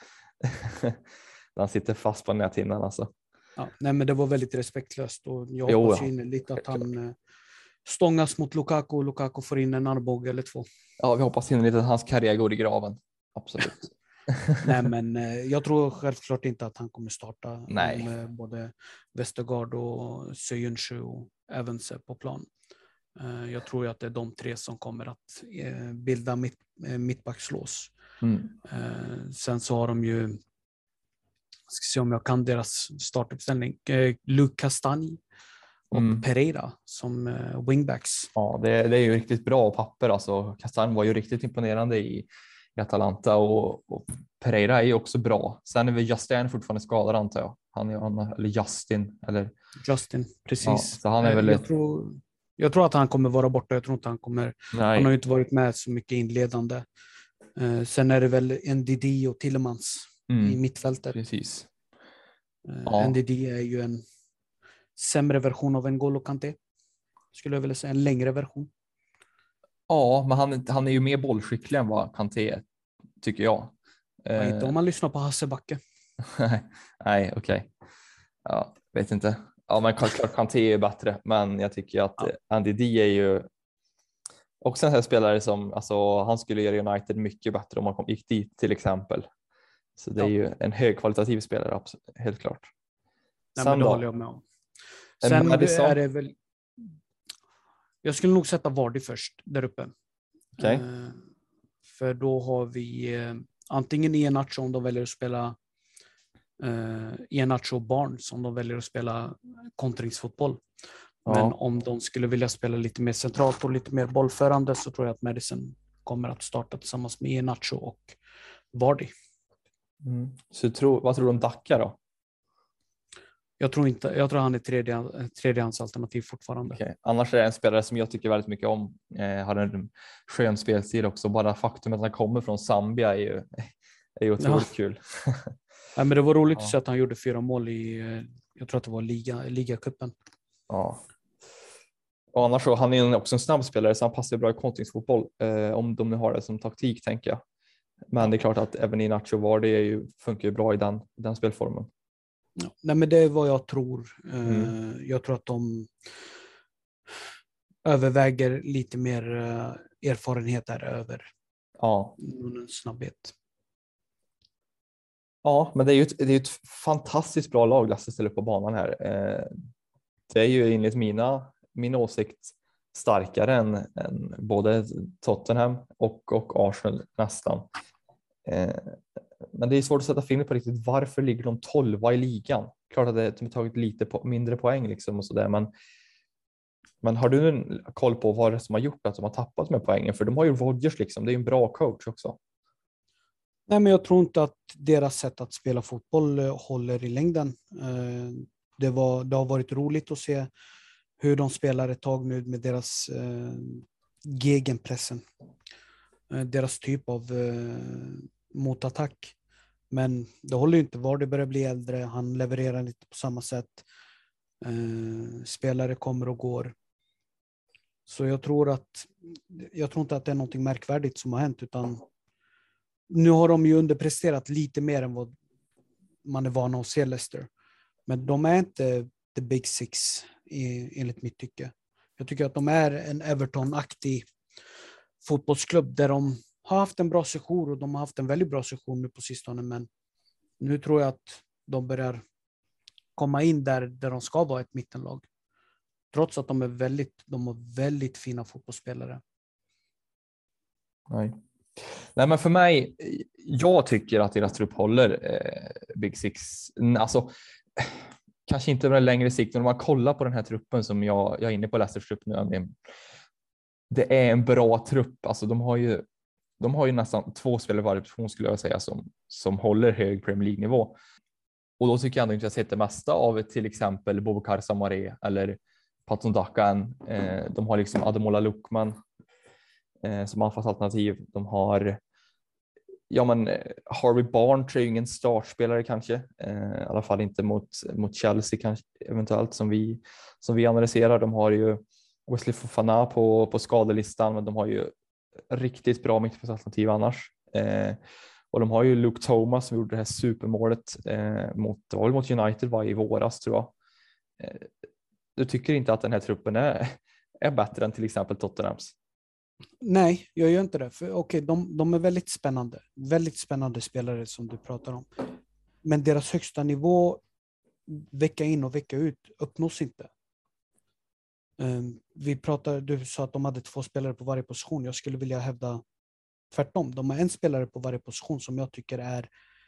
han sitter fast på näthinnan alltså. Ja, nej men det var väldigt respektlöst och jag hoppas jo, ju ja. lite att han klart. stångas mot Lukaku och Lukaku får in en armbåge eller två. Ja, vi hoppas in lite att hans karriär går i graven, absolut. Nej, men jag tror självklart inte att han kommer starta. Nej. Med både Vestergaard och Söyüncü och Evans på plan. Jag tror ju att det är de tre som kommer att bilda mitt, mittbackslås. Mm. Sen så har de ju, jag ska se om jag kan deras startuppställning, Luke Castagne och mm. Pereira som wingbacks. Ja, det, det är ju riktigt bra papper. Alltså, Castagne var ju riktigt imponerande i i Atalanta och, och Pereira är ju också bra. Sen är väl Justin fortfarande skadad, antar jag. Han är han, eller Justin eller Justin, precis. Ja, så han är väl jag ett... tror jag tror att han kommer vara borta. Jag tror inte han kommer. Nej. Han har ju inte varit med så mycket inledande. Eh, sen är det väl N D D och Tillemans mm. i mittfältet. Precis. Eh, ja. N D D är ju en sämre version av N'Golo Kanté. Skulle jag vilja säga, en längre version. Ja, men han, han är ju mer bollskicklig än vad Kanté är, tycker jag. Ja, inte om man lyssnar på Hasse Backe. Nej, okej. Okay. Ja, vet inte. Ja, men klart Kanté är bättre, men jag tycker att ja. Andy D är ju också en här spelare som, alltså, han skulle göra United mycket bättre om man kom, gick dit till exempel. Så det är ja. ju en högkvalitativ spelare, absolut, helt klart. Nej, men det håller jag med om. Sen är det väl, jag skulle nog sätta Vardy först där uppe. Okay. Eh, för då har vi eh, antingen Iheanacho om de väljer att spela eh, Iheanacho och Barnes om de väljer att spela kontringsfotboll. Ja. Men om de skulle vilja spela lite mer centralt och lite mer bollförande så tror jag att Madison kommer att starta tillsammans med Iheanacho och Vardy. Mm. Så tro, vad tror du om Daka då? Jag tror inte, jag tror han är tredje, tredjehandsalternativ fortfarande. Okay. Annars är det en spelare som jag tycker väldigt mycket om. Eh, har en skön spelstil också. Bara faktum att han kommer från Zambia är ju, är ju otroligt ja. kul. Ja, men det var roligt ja. att se att han gjorde fyra mål i, jag tror att det var liga, ligacupen. Ja. Och annars så, han är också en snabb spelare så han passar bra i kontringsfotboll. Eh, om de nu har det som taktik, tänker jag. Men det är klart att även Iheanacho och Vardy är ju, funkar ju bra i den, den spelformen. Ja, nej, men det är vad jag tror. Mm. Jag tror att de överväger lite mer erfarenhet där över Ja. någon snabbhet. Ja, men det är ju ett, det är ett fantastiskt bra lag Leicester ställer på banan här. Eh, det är ju enligt mina, min åsikt starkare än, än både Tottenham och, och Arsenal nästan. Eh, men det är svårt att sätta fingret på riktigt varför ligger de tolva i ligan. Klart att det, de har tagit lite på, mindre poäng liksom och sådär, men men har du en koll på vad det är som har gjort att de har tappat med poängen? För de har ju Rodgers liksom, det är ju en bra coach också. Nej, men jag tror inte att deras sätt att spela fotboll håller i längden. Eh, det, var, det har varit roligt att se hur de spelar ett tag nu med deras eh, gegenpressen. Eh, deras typ av eh, motattack. Men det håller ju inte. Var det börjar bli äldre, han levererar lite på samma sätt. Eh, spelare kommer och går. Så jag tror att jag tror inte att det är något märkvärdigt som har hänt, utan nu har de ju underpresterat lite mer än vad man är van att se Leicester. Men de är inte the big six i, enligt mitt tycke. Jag tycker att de är en Everton-aktig fotbollsklubb där de har haft en bra session och de har haft en väldigt bra session nu på sistone, men nu tror jag att de börjar komma in där, där de ska vara ett mittenlag. Trots att de är väldigt, de har väldigt fina fotbollsspelare. Nej. Nej, men för mig, jag tycker att deras trupp håller eh, Big Six. Alltså, kanske inte över en längre sikt, men om man kollar på den här truppen som jag, jag är inne på Leicesters trupp nu. Det, det är en bra trupp. Alltså, de har ju, de har ju nästan två spelare varje position skulle jag säga som, som håller hög Premier League-nivå. Och då tycker jag ändå inte jag sett det mesta av till exempel Boubacar Samaré eller Patson Daka än. Eh, de har liksom Ademola Lookman eh, som anfallsalternativ. De har ja, men Harvey Barnes är ju ingen startspelare kanske. Eh, I alla fall inte mot, mot Chelsea kanske, eventuellt som vi, som vi analyserar. De har ju Wesley Fofana på, på skadelistan, men de har ju riktigt bra mittfältsalternativ annars. Eh, och de har ju Luke Thomas som gjorde det här supermålet eh, mot, det var väl mot United var i våras tror jag. Eh, du tycker inte att den här truppen är, är bättre än till exempel Tottenhams? Nej, jag gör inte det. För, okay, de, de är väldigt spännande. Väldigt spännande spelare som du pratar om. Men deras högsta nivå vecka in och vecka ut uppnås inte. Um, vi pratar, du sa att de hade två spelare på varje position. Jag skulle vilja hävda tvärtom. De har en spelare på varje position som jag tycker är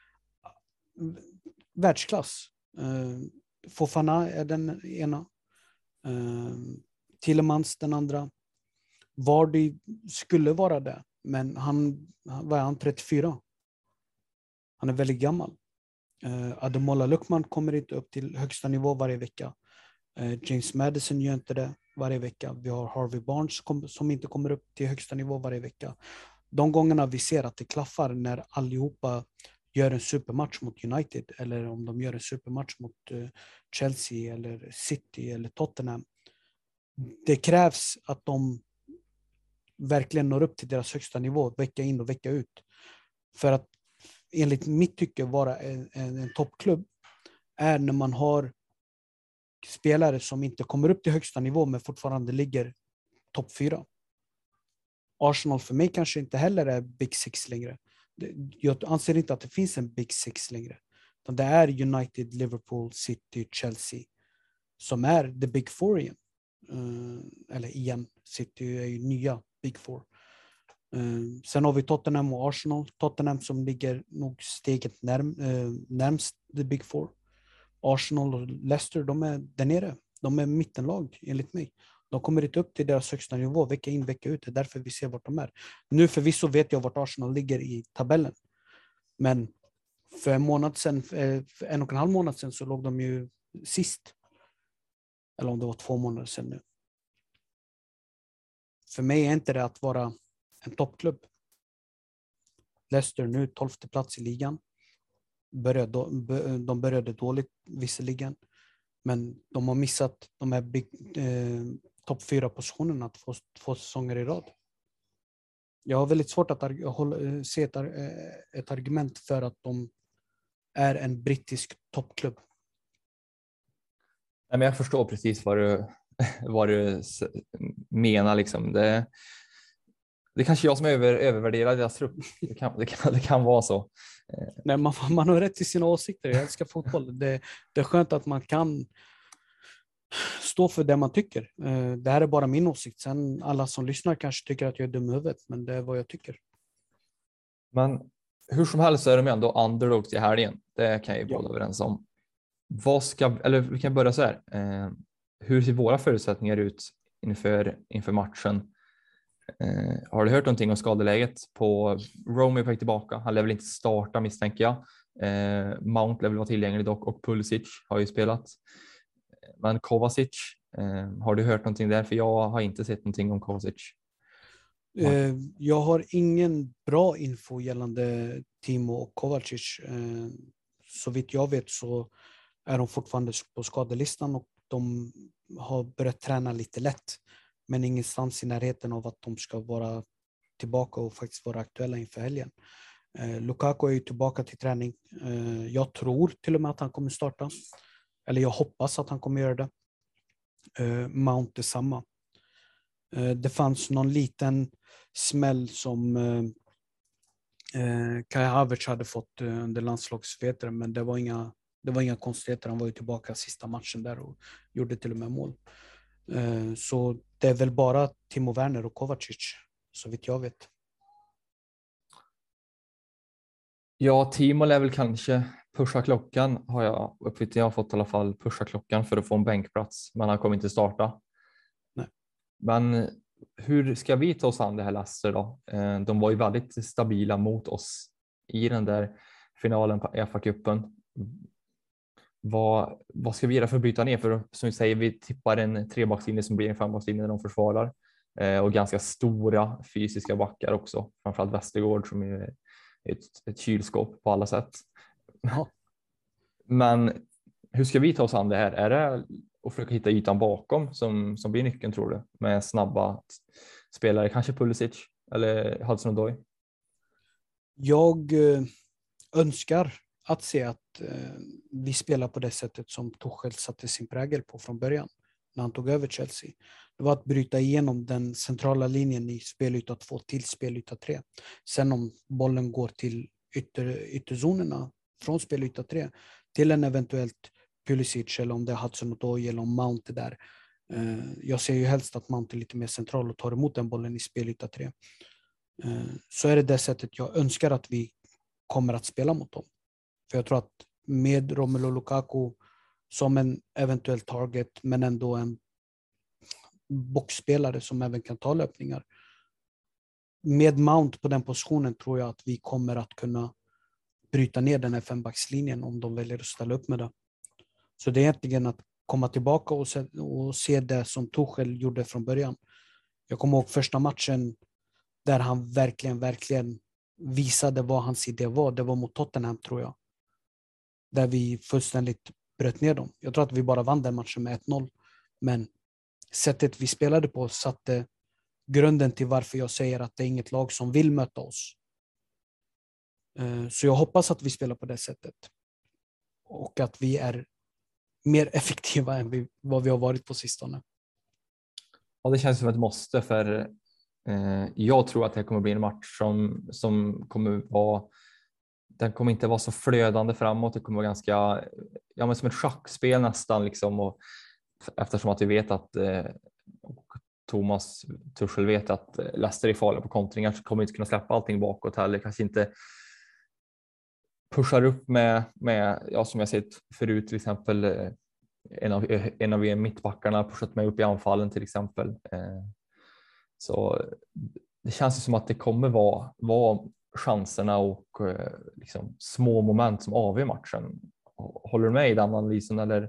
världsklass. Uh, Fofana är den ena. Uh, Tillemans den andra. Vardy skulle vara det, men han var han trettiofyra. Han är väldigt gammal. Uh, Ademola Lookman kommer inte upp till högsta nivå varje vecka. Uh, James Maddison gör inte det varje vecka. Vi har Harvey Barnes kom, som inte kommer upp till högsta nivå varje vecka. De gångerna vi ser att det klaffar när allihopa gör en supermatch mot United, eller om de gör en supermatch mot uh, Chelsea eller City eller Tottenham. Det krävs att de verkligen når upp till deras högsta nivå vecka in och vecka ut. För att enligt mitt tycke vara en, en, en toppklubb är när man har spelare som inte kommer upp till högsta nivå men fortfarande ligger topp fyra. Arsenal för mig kanske inte heller är Big Six längre. Jag anser inte att det finns en Big Six längre. Utan det är United, Liverpool, City, Chelsea som är the Big Four igen. Uh, eller igen, City är ju nya Big Four. Uh, sen har vi Tottenham och Arsenal. Tottenham som ligger nog steget närm, uh, närmst the Big Four. Arsenal och Leicester, de är där nere. De är mittenlag enligt mig. De kommer inte upp till deras högsta nivå vecka in, vecka ut. Det är därför vi ser vart de är. Nu förvisso vet jag vart Arsenal ligger i tabellen. Men för en månad sedan, för en och en halv månad sedan så låg de ju sist. Eller om det var två månader sedan nu. För mig är inte det att vara en toppklubb. Leicester nu tolfte plats i ligan. Började, de började dåligt visserligen. Men de har missat de här eh, topp fyra positionerna två, två säsonger i rad. Jag har väldigt svårt att arg- hålla, se ett, ett argument för att de är en brittisk toppklubb. Nej, men jag förstår precis vad du, vad du menar. Liksom. Det, det är kanske jag som är över, övervärderar deras trupp. Det kan, det, kan, det kan vara så. Nej, man, man har rätt till sina åsikter. Jag älskar fotboll. Det, det är skönt att man kan stå för det man tycker. Det här är bara min åsikt. Sen alla som lyssnar kanske tycker att jag är dum i huvudet, men det är vad jag tycker. Men hur som helst så är de ändå underdogs i helgen. Det kan jag ju Ja. båda överens om. Vad ska, eller vi kan börja så här. Eh, hur ser våra förutsättningar ut inför, inför matchen? Eh, har du hört någonting om skadeläget på Rome är på väg tillbaka? Han lär väl inte starta misstänker jag. Eh, Mount lär väl vara tillgänglig dock och Pulisic har ju spelat. Men Kovacic, eh, har du hört någonting där? För jag har inte sett någonting om Kovacic. Eh, jag har ingen bra info gällande Timo och Kovacic. Eh, så vitt jag vet så är de fortfarande på skadelistan och de har börjat träna lite lätt. Men ingenstans i närheten av att de ska vara tillbaka och faktiskt vara aktuella inför helgen. Eh, Lukaku är ju tillbaka till träning. Eh, jag tror till och med att han kommer starta. Eller jag hoppas att han kommer göra det. Eh, Mount är samma. Eh, det fanns någon liten smäll som eh, eh, Kai Havertz hade fått eh, under landslagsvetare, men det var inga det var inga konstigheter. Han var ju tillbaka sista matchen där och gjorde till och med mål. Eh, så det är väl bara Timo Werner och Kovacic så vitt jag vet. Ja, Timo lär väl kanske pusha klockan har jag uppfattat. Jag har fått i alla fall pusha klockan för att få en bänkplats, men han kommer inte starta. Nej. Men hur ska vi ta oss an det här Leicester då? De var ju väldigt stabila mot oss i den där finalen på E F A-cupen. Vad, vad ska vi göra för att bryta ner? För som vi säger, vi tippar en trebackslinje som blir en fembackslinje när de försvarar. Och ganska stora fysiska backar också. Framförallt Westergaard som är ett, ett kylskåp på alla sätt. Ja. Men hur ska vi ta oss an det här? Är det att försöka hitta ytan bakom som, som blir nyckeln tror du? Med snabba spelare, kanske Pulisic eller Hudson-Odoi? Jag önskar att se att eh, vi spelar på det sättet som Tuchel satte sin prägel på från början när han tog över Chelsea. Det var att bryta igenom den centrala linjen i spelyta två till spelyta tre. Sen om bollen går till ytter, ytterzonerna från spelyta tre till en eventuellt Pulisic eller om det är Hudson-Odoi eller om Mount är där. Eh, jag ser ju helst att Mount är lite mer central och tar emot den bollen i spelyta tre. Eh, så är det det sättet jag önskar att vi kommer att spela mot dem. För jag tror att med Romelu Lukaku som en eventuell target men ändå en boxspelare som även kan ta löpningar. Med Mount på den positionen tror jag att vi kommer att kunna bryta ner den här fembackslinjen om de väljer att ställa upp med det. Så det är egentligen att komma tillbaka och se, och se det som Tuchel gjorde från början. Jag kommer ihåg första matchen där han verkligen, verkligen visade vad hans idé var. Det var mot Tottenham tror jag. Där vi fullständigt bröt ner dem. Jag tror att vi bara vann den matchen med ett noll. Men sättet vi spelade på satte grunden till varför jag säger att det är inget lag som vill möta oss. Så jag hoppas att vi spelar på det sättet. Och att vi är mer effektiva än vi, vad vi har varit på sistone. Ja, det känns som ett måste för eh, jag tror att det kommer bli en match som, som kommer vara den kommer inte vara så flödande framåt. Det kommer vara ganska ja, men som ett schackspel nästan liksom och eftersom att vi vet att eh, Thomas Tuchel vet att Leicester är farliga på kontringar så kommer vi inte kunna släppa allting bakåt heller. Kanske inte pushar upp med, med ja, som jag sett förut till exempel en av, en av mittbackarna pushat med upp i anfallen till exempel. Eh, så det känns som att det kommer vara, vara chanserna och eh, liksom små moment som avgör matchen. Håller du med i den analysen eller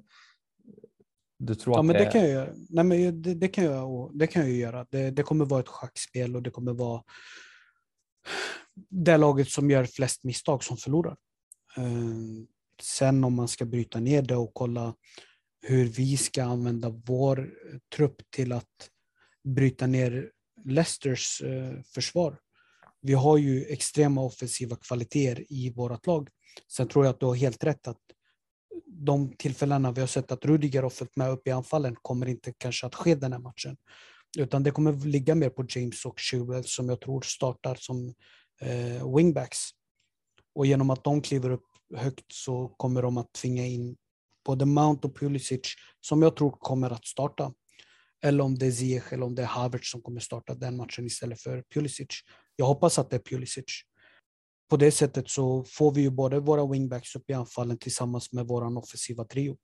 du tror ja, att men det... det kan jag göra. Nej, men det, det kan jag det kan jag göra. Det, det kommer vara ett schackspel och det kommer vara det laget som gör flest misstag som förlorar. Uh, sen om man ska bryta ner det och kolla hur vi ska använda vår trupp till att bryta ner Leicesters uh, försvar. Vi har ju extrema offensiva kvaliteter i vårt lag. Sen tror jag att du har helt rätt att de tillfällena vi har sett att Rudiger har följt med upp i anfallen kommer inte kanske att ske den här matchen. Utan det kommer ligga mer på James och Chilwell som jag tror startar som eh, wingbacks. Och genom att de kliver upp högt så kommer de att tvinga in både Mount och Pulisic som jag tror kommer att starta. Eller om det är Ziyech eller om det är Havertz som kommer starta den matchen istället för Pulisic. Jag hoppas att det är Pulisic. På det sättet så får vi ju både våra wingbacks upp i anfallen tillsammans med våran offensiva trio.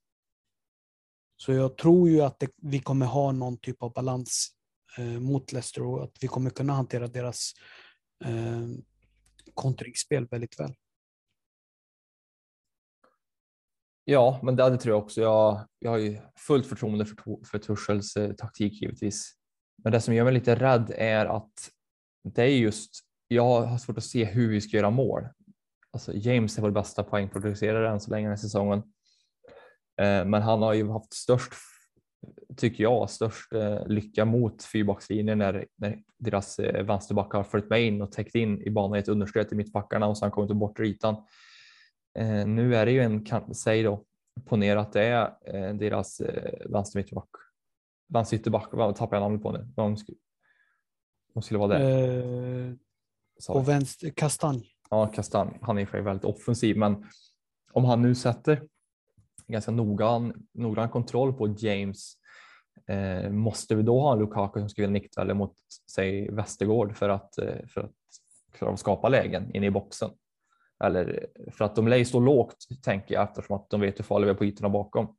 Så jag tror ju att det, vi kommer ha någon typ av balans eh, mot Leicester och att vi kommer kunna hantera deras eh, kontringsspel väldigt väl. Ja, men det, det tror jag också. Jag, jag har ju fullt förtroende för, för Tuchels eh, taktik givetvis. Men det som gör mig lite rädd är att det är just, jag har svårt att se hur vi ska göra mål. Alltså James är vår bästa poängproducerare än så länge den här säsongen. Eh, men han har ju haft störst, tycker jag, störst eh, lycka mot fyrbackslinjen när, när deras eh, vänsterback har följt med in och täckt in i banan i ett understöd i mittbackarna och sen kommit bort ytan. Eh, nu är det ju en, kan säg då, ponera att det är eh, deras eh, vänstermittback. Vänsterytterback, vad tappar jag namnet på nu? De skulle, de skulle vara det. Eh, på vänster, Kastanj. Ja, Kastanj. Han är ju väldigt offensiv, men om han nu sätter ganska noggrann, noggrann kontroll på James, eh, måste vi då ha en Lukaku som ska vinna nickdueller mot, säg, Västergård för att, eh, för att klara att skapa lägen inne i boxen? Eller för att de lär stå lågt, tänker jag, eftersom att de vet hur farliga vi är på ytorna bakom.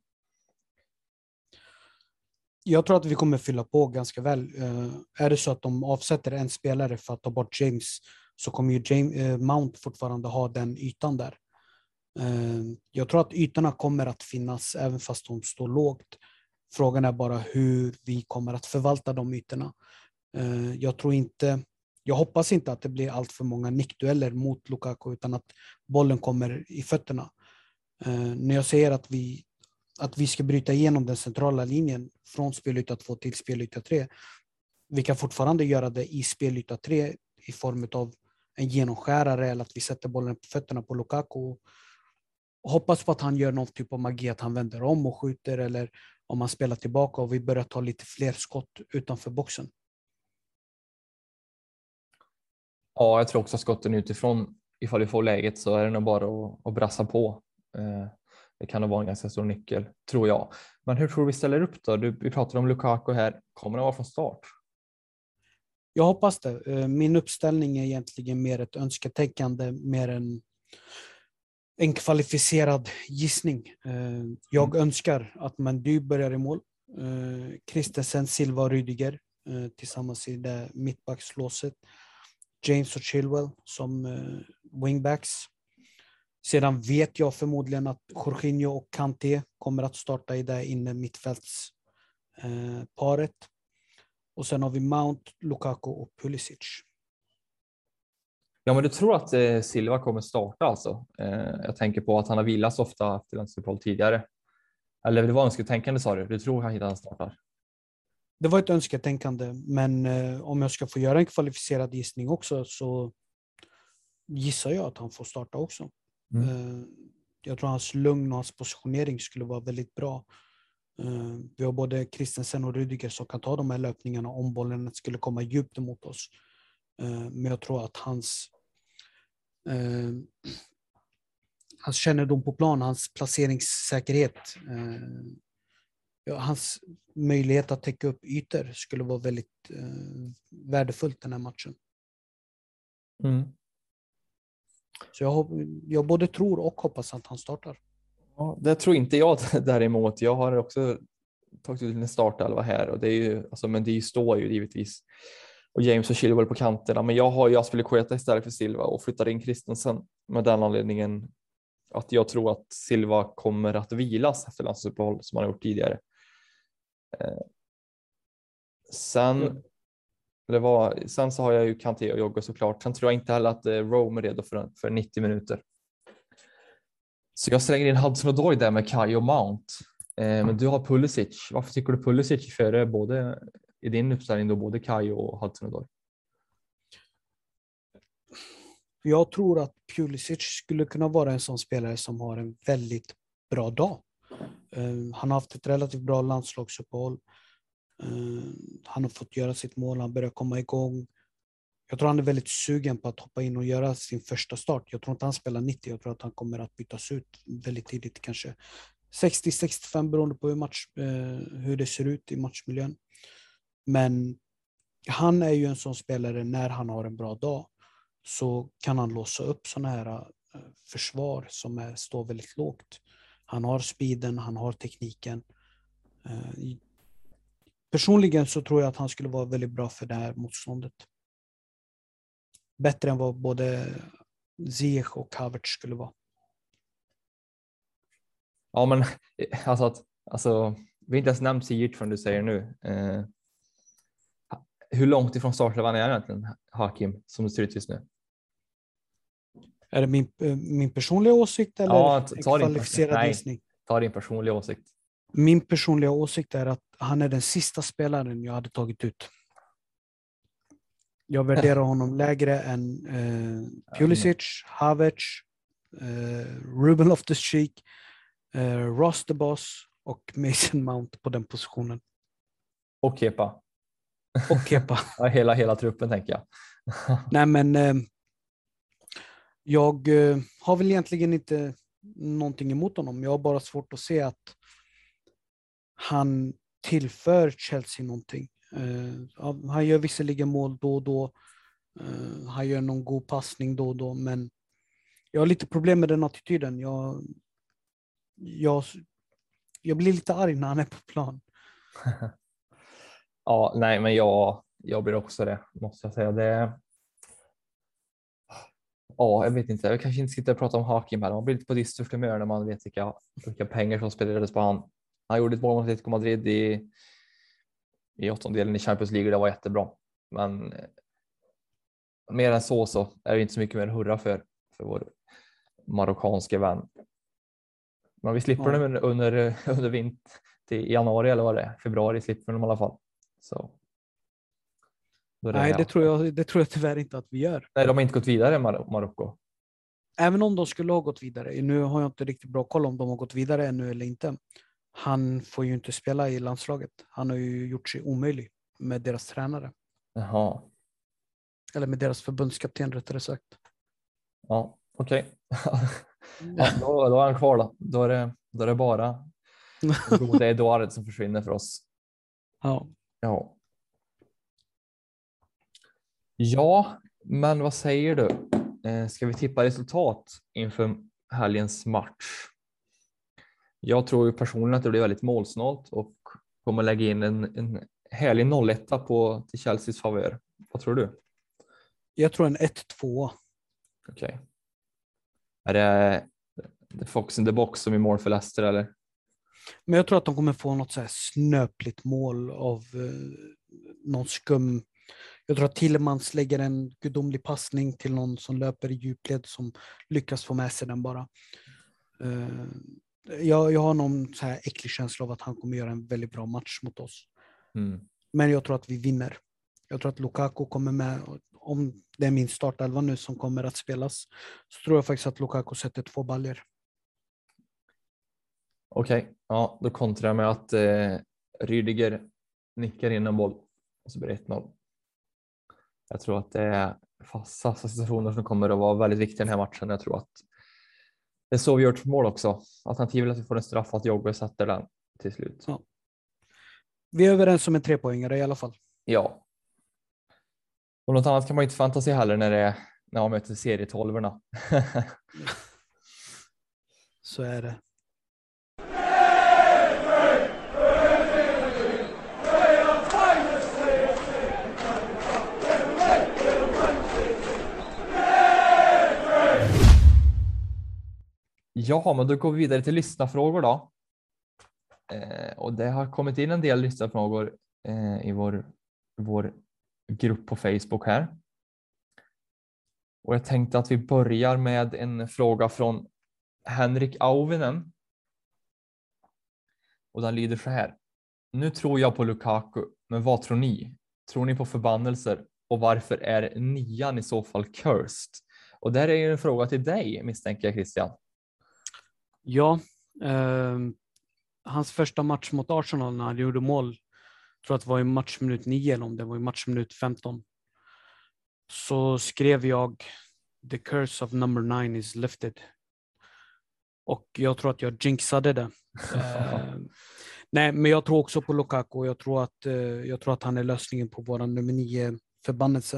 Jag tror att vi kommer fylla på ganska väl. Uh, är det så att de avsätter en spelare för att ta bort James så kommer ju James, uh, Mount fortfarande ha den ytan där. Uh, jag tror att ytorna kommer att finnas även fast de står lågt. Frågan är bara hur vi kommer att förvalta de ytorna. Uh, jag tror inte, jag hoppas inte att det blir allt för många nickdueller mot Lukaku utan att bollen kommer i fötterna. Uh, när jag säger att vi att vi ska bryta igenom den centrala linjen från spelyta två till spelyta tre. Vi kan fortfarande göra det i spelyta tre i form av en genomskärare eller att vi sätter bollen på fötterna på Lukaku och hoppas på att han gör någon typ av magi, att han vänder om och skjuter eller om han spelar tillbaka och vi börjar ta lite fler skott utanför boxen. Ja, jag tror också att skotten utifrån, ifall vi får läget så är det nog bara att, att brassa på. Det kan nog vara en ganska stor nyckel, tror jag. Men hur tror du vi ställer upp då? Du, vi pratar om Lukaku här. Kommer han vara från start? Jag hoppas det. Min uppställning är egentligen mer ett önsketänkande, mer än en kvalificerad gissning. Jag mm. önskar att Mendy börjar i mål. Christensen, Silva och Rüdiger tillsammans i det mittbackslåset. James och Chilwell som wingbacks. Sedan vet jag förmodligen att Jorginho och Kanté kommer att starta i det inne mittfältsparet. Eh, och sen har vi Mount, Lukaku och Pulisic. Ja, men du tror att eh, Silva kommer starta alltså? Eh, jag tänker på att han har vilats ofta efter landslagsuppehåll tidigare. Eller det var önsketänkande, sa du? Du tror att han startar? Det var ett önsketänkande, men eh, om jag ska få göra en kvalificerad gissning också så gissar jag att han får starta också. Mm. Jag tror hans lugn och hans positionering skulle vara väldigt bra. Vi har både Christensen och Rüdiger som kan ta de här löpningarna om bollen skulle komma djupt emot oss. Men jag tror att hans hans kännedom på plan, hans placeringssäkerhet, hans möjlighet att täcka upp ytor skulle vara väldigt värdefullt den här matchen. Mm. Så jag, jag både tror och hoppas att han startar. Ja, det tror inte jag däremot. Jag har också tagit ut en startelva här och det är ju, alltså, men det står ju givetvis. Och James och Chilwell på kanterna. Men jag har ju Aspilicueta istället för Silva och flyttar in Christensen med den anledningen att jag tror att Silva kommer att vilas efter landslagsuppehåll som han har gjort tidigare. Eh, sen mm. Det var, sen så har jag ju Kanté och Jogga såklart. Sen tror jag inte heller att eh, Rome är redo för, för nittio minuter. Så jag slänger in Hudson-Odoi där med Kai och Mount. Eh, men du har Pulisic. Varför tycker du Pulisic före både i din uppställning då både Kai och Hudson-Odoi? Jag tror att Pulisic skulle kunna vara en sån spelare som har en väldigt bra dag. Uh, han har haft ett relativt bra landslagsuppehåll. Uh, han har fått göra sitt mål, han börjar komma igång. Jag tror han är väldigt sugen på att hoppa in och göra sin första start. Jag tror inte han spelar nittio, jag tror att han kommer att bytas ut väldigt tidigt, kanske sextio sextiofem beroende på hur, match, uh, hur det ser ut i matchmiljön. Men han är ju en sån spelare, när han har en bra dag så kan han låsa upp såna här uh, försvar som är, står väldigt lågt. Han har speeden, han har tekniken. Uh, personligen så tror jag att han skulle vara väldigt bra för det här motståndet. Bättre än vad både Ziyech och Havertz skulle vara. Ja, men alltså, att, alltså vi har inte ens nämnt Ziyech från du säger nu. Eh, hur långt ifrån startelvan är egentligen Hakim som det ser ut just nu? Är det min, min personliga åsikt eller ja, en ta kvalificerad din, gissning? Nej, ta din personliga åsikt. Min personliga åsikt är att han är den sista spelaren jag hade tagit ut. Jag värderar honom lägre än eh, Pulisic, Havertz, eh, Ruben Loftus-Cheek, eh, Ross the Boss och Mason Mount på den positionen. Och Kepa. Och Kepa. Ja, hela, hela truppen tänker jag. Nej, men eh, jag eh, har väl egentligen inte någonting emot honom. Jag har bara svårt att se att han tillför Chelsea någonting. Uh, han gör visserligen mål då och då. Uh, han gör någon god passning då och då. Men jag har lite problem med den attityden. Jag, jag, jag blir lite arg när han är på plan. Ja, nej, men jag, jag blir också det, måste jag säga. Det, ja, jag vet inte. Jag kanske inte sitter och pratar om Hakim här. Man blir lite på distört humör när man vet vilka, vilka pengar som spenderades på han. Han gjorde ett mål mot Atletico Madrid i, i åttondelen i Champions League. Det var jättebra. Men mer än så så är det inte så mycket mer att hurra för, för vår marockanske vän. Men vi slipper ja. dem under, under, under vint till januari eller vad det är. Februari slipper de i alla fall. Så. Det Nej, det tror, jag, det tror jag tyvärr inte att vi gör. Nej, de har inte gått vidare i Mar- Marocko. Även om de skulle ha gått vidare. Nu har jag inte riktigt bra koll om de har gått vidare ännu eller inte. Han får ju inte spela i landslaget. Han har ju gjort sig omöjlig med deras tränare. Jaha. Eller med deras förbundskapten rättare sagt. Ja, okej. Okay. Ja, då, då är han kvar då. Då är det, då är det bara det är Eduard som försvinner för oss. Ja. Ja. Ja, men vad säger du? Eh, ska vi tippa resultat inför helgens match? Jag tror ju personligen att det blir väldigt målsnålt och kommer lägga in en, en härlig noll ett på till Chelseas favör. Vad tror du? Jag tror en ett två. Okej. Okay. Är det the Fox in the box som är mål för Leicester eller? Men jag tror att de kommer få något så här snöpligt mål av eh, någon skum. Jag tror att Tielemans lägger en gudomlig passning till någon som löper i djupled som lyckas få med sig den bara. Uh, jag, jag har någon så här äcklig känsla av att han kommer göra en väldigt bra match mot oss. Mm. Men jag tror att vi vinner. Jag tror att Lukaku kommer med. Om det är min startelva nu som kommer att spelas så tror jag faktiskt att Lukaku sätter två baller. Okej, okay. Ja, då kontrar jag med att eh, Rüdiger nickar in en boll och så blir det ett noll. Jag tror att det är fasta situationer som kommer att vara väldigt viktiga i den här matchen. Jag tror att det är så vi gör ett mål också. Alternativet är att vi får en straff att Jogge sätter den till slut. Ja. Vi är överens om en trepoängare i alla fall. Ja. Och något annat kan man inte fantasera heller när, det är, när man möter serietolverna. Så är det. Ja, men då går vi vidare till lyssnarfrågor då. Eh, och det har kommit in en del lyssnarfrågor eh, i vår, vår grupp på Facebook här. Och jag tänkte att vi börjar med en fråga från Henrik Auvinen. Och den lyder så här. Nu tror jag på Lukaku, men vad tror ni? Tror ni på förbannelser? Och varför är nian i så fall cursed? Och där är ju en fråga till dig, misstänker jag, Christian. Ja, eh, hans första match mot Arsenal när han gjorde mål jag tror att det var i matchminut nio eller om det var i matchminut femton. Så skrev jag The curse of number nine is lifted. Och jag tror att jag jinxade det. eh, nej, men jag tror också på Lukaku. Jag tror att, eh, jag tror att han är lösningen på vår nummer nio förbannelse.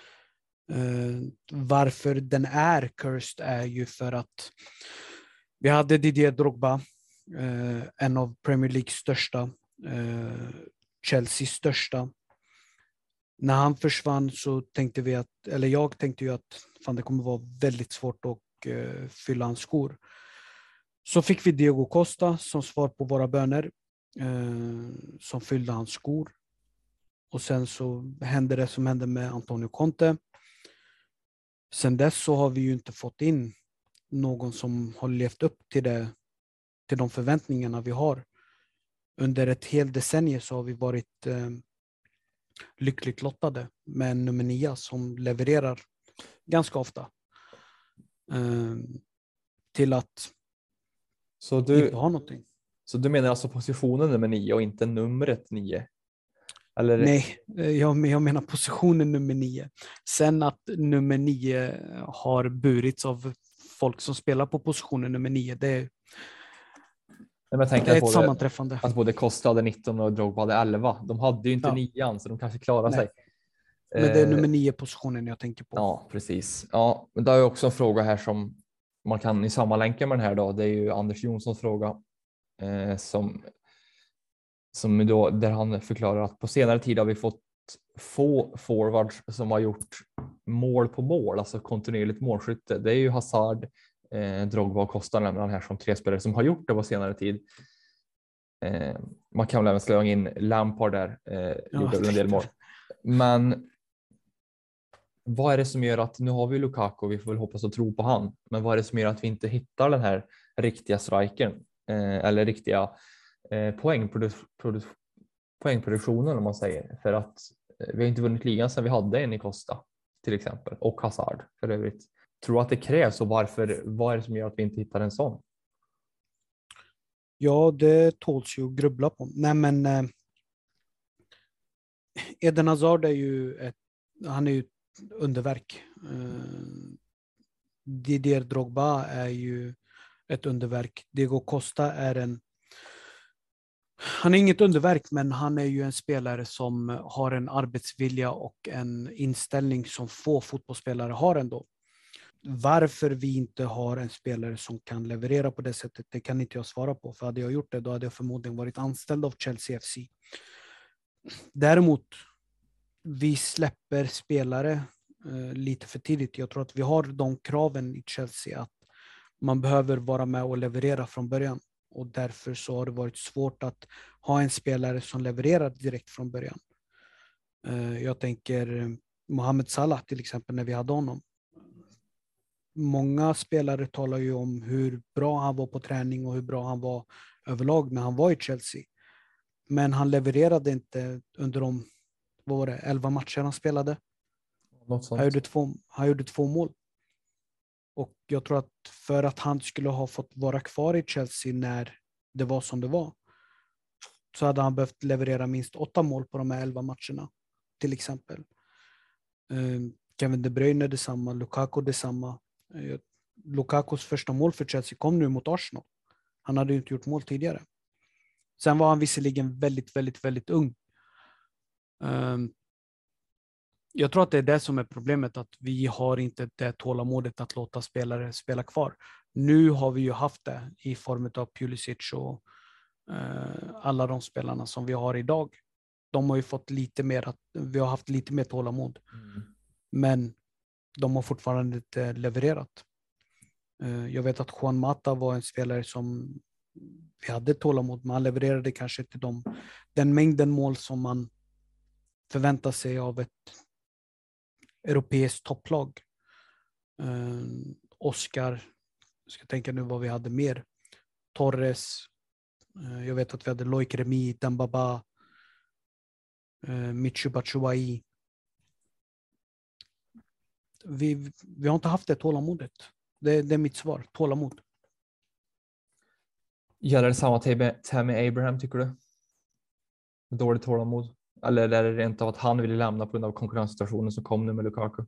Eh, varför den är cursed är ju för att vi hade Didier Drogba, eh, en av Premier Leagues största, eh, Chelseas största. När han försvann så tänkte vi att, eller jag tänkte ju att fan, det kommer vara väldigt svårt att eh, fylla hans skor. Så fick vi Diego Costa som svar på våra böner, eh, som fyllde hans skor. Och sen så hände det som hände med Antonio Conte. Sen dess så har vi ju inte fått in någon som har levt upp till, det, till de förväntningarna vi har. Under ett helt decennium så har vi varit eh, lyckligt lottade med en nummer nio som levererar ganska ofta. Eh, till att Så du, inte ha någonting. så du menar alltså positionen nummer nio och inte numret nio? Eller? Nej, jag, jag menar positionen nummer nio. Sen att nummer nio har burits av folk som spelar på positionen nummer nio, det är, Nej, men jag det är ett både, sammanträffande. att både Costa hade nitton och Drogba hade elva. De hade ju inte Ja. nian, så de kanske klarar Nej. sig. Men det är Eh, nummer nio positionen jag tänker på. Ja, precis. Ja, men det är också en fråga här som man kan i sammanlänka med den här då. Det är ju Anders Jonssons fråga eh, som, som då, där han förklarar att på senare tid har vi fått få forwards som har gjort mål på mål, alltså kontinuerligt målskytte. Det är ju Hazard, eh, Drogba och Costa nämner här som tre spelare som har gjort det på senare tid. Eh, man kan väl även slå in Lampard där, eh, Ja, gjorde väl en del mål. Men vad är det som gör att, nu har vi Lukaku, vi får väl hoppas och tro på han, men vad är det som gör att vi inte hittar den här riktiga strikern eh, eller riktiga eh, poängprodu- produ- poängproduktionen om man säger, för att eh, vi har inte vunnit ligan sedan vi hade en i Costa till exempel och Hazard för övrigt. Tror att det krävs och varför, vad är det som gör att vi inte hittar en sån? Ja, det tåls ju att grubbla på. Nej, men eh, Eden Hazard är ju ett, han är ju ett underverk. Eh, Didier Drogba är ju ett underverk. Diego Costa är en, han är inget underverk, men han är ju en spelare som har en arbetsvilja och en inställning som få fotbollsspelare har ändå. Varför vi inte har en spelare som kan leverera på det sättet, det kan inte jag svara på. För hade jag gjort det, då hade jag förmodligen varit anställd av Chelsea F C. Däremot, vi släpper spelare eh, lite för tidigt. Jag tror att vi har de kraven i Chelsea att man behöver vara med och leverera från början. Och därför så har det varit svårt att ha en spelare som levererar direkt från början. Eh, jag tänker Mohamed Salah till exempel, när vi hade honom. Många spelare talar ju om hur bra han var på träning och hur bra han var överlag när han var i Chelsea. Men han levererade inte under de vad var det, elva matcher han spelade. Han gjorde, två, han gjorde två mål. Och jag tror att för att han skulle ha fått vara kvar i Chelsea när det var som det var, så hade han behövt leverera minst åtta mål på de här elva matcherna. Till exempel. Uh, Kevin De Bruyne detsamma, Lukaku detsamma. Uh, Lukakus första mål för Chelsea kom nu mot Arsenal. Han hade ju inte gjort mål tidigare. Sen var han visserligen väldigt, väldigt, väldigt ung. Um, jag tror att det är det som är problemet, att vi har inte det tålamodet att låta spelare spela kvar. Nu har vi ju haft det i form av Pulisic och uh, alla de spelarna som vi har idag. De har ju fått lite mer, att, vi har haft lite mer tålamod. Mm. Men de har fortfarande inte levererat. Uh, jag vet att Juan Mata var en spelare som vi hade tålamod, men han levererade kanske inte de, den mängden mål som man förväntar sig av ett europeiskt topplag. Uh, Oscar, jag ska tänka nu vad vi hade mer. Torres, uh, jag vet att vi hade Loic Remy, Dembaba, uh, Michu Batshuayi. Vi, vi har inte haft det tålamodet. Det, det är mitt svar, tålamod. Gäller det samma till Tammy Abraham tycker du? Dåligt tålamod. Eller är det rent av att han ville lämna på grund av konkurrenssituationen som kom nu med Lukaku?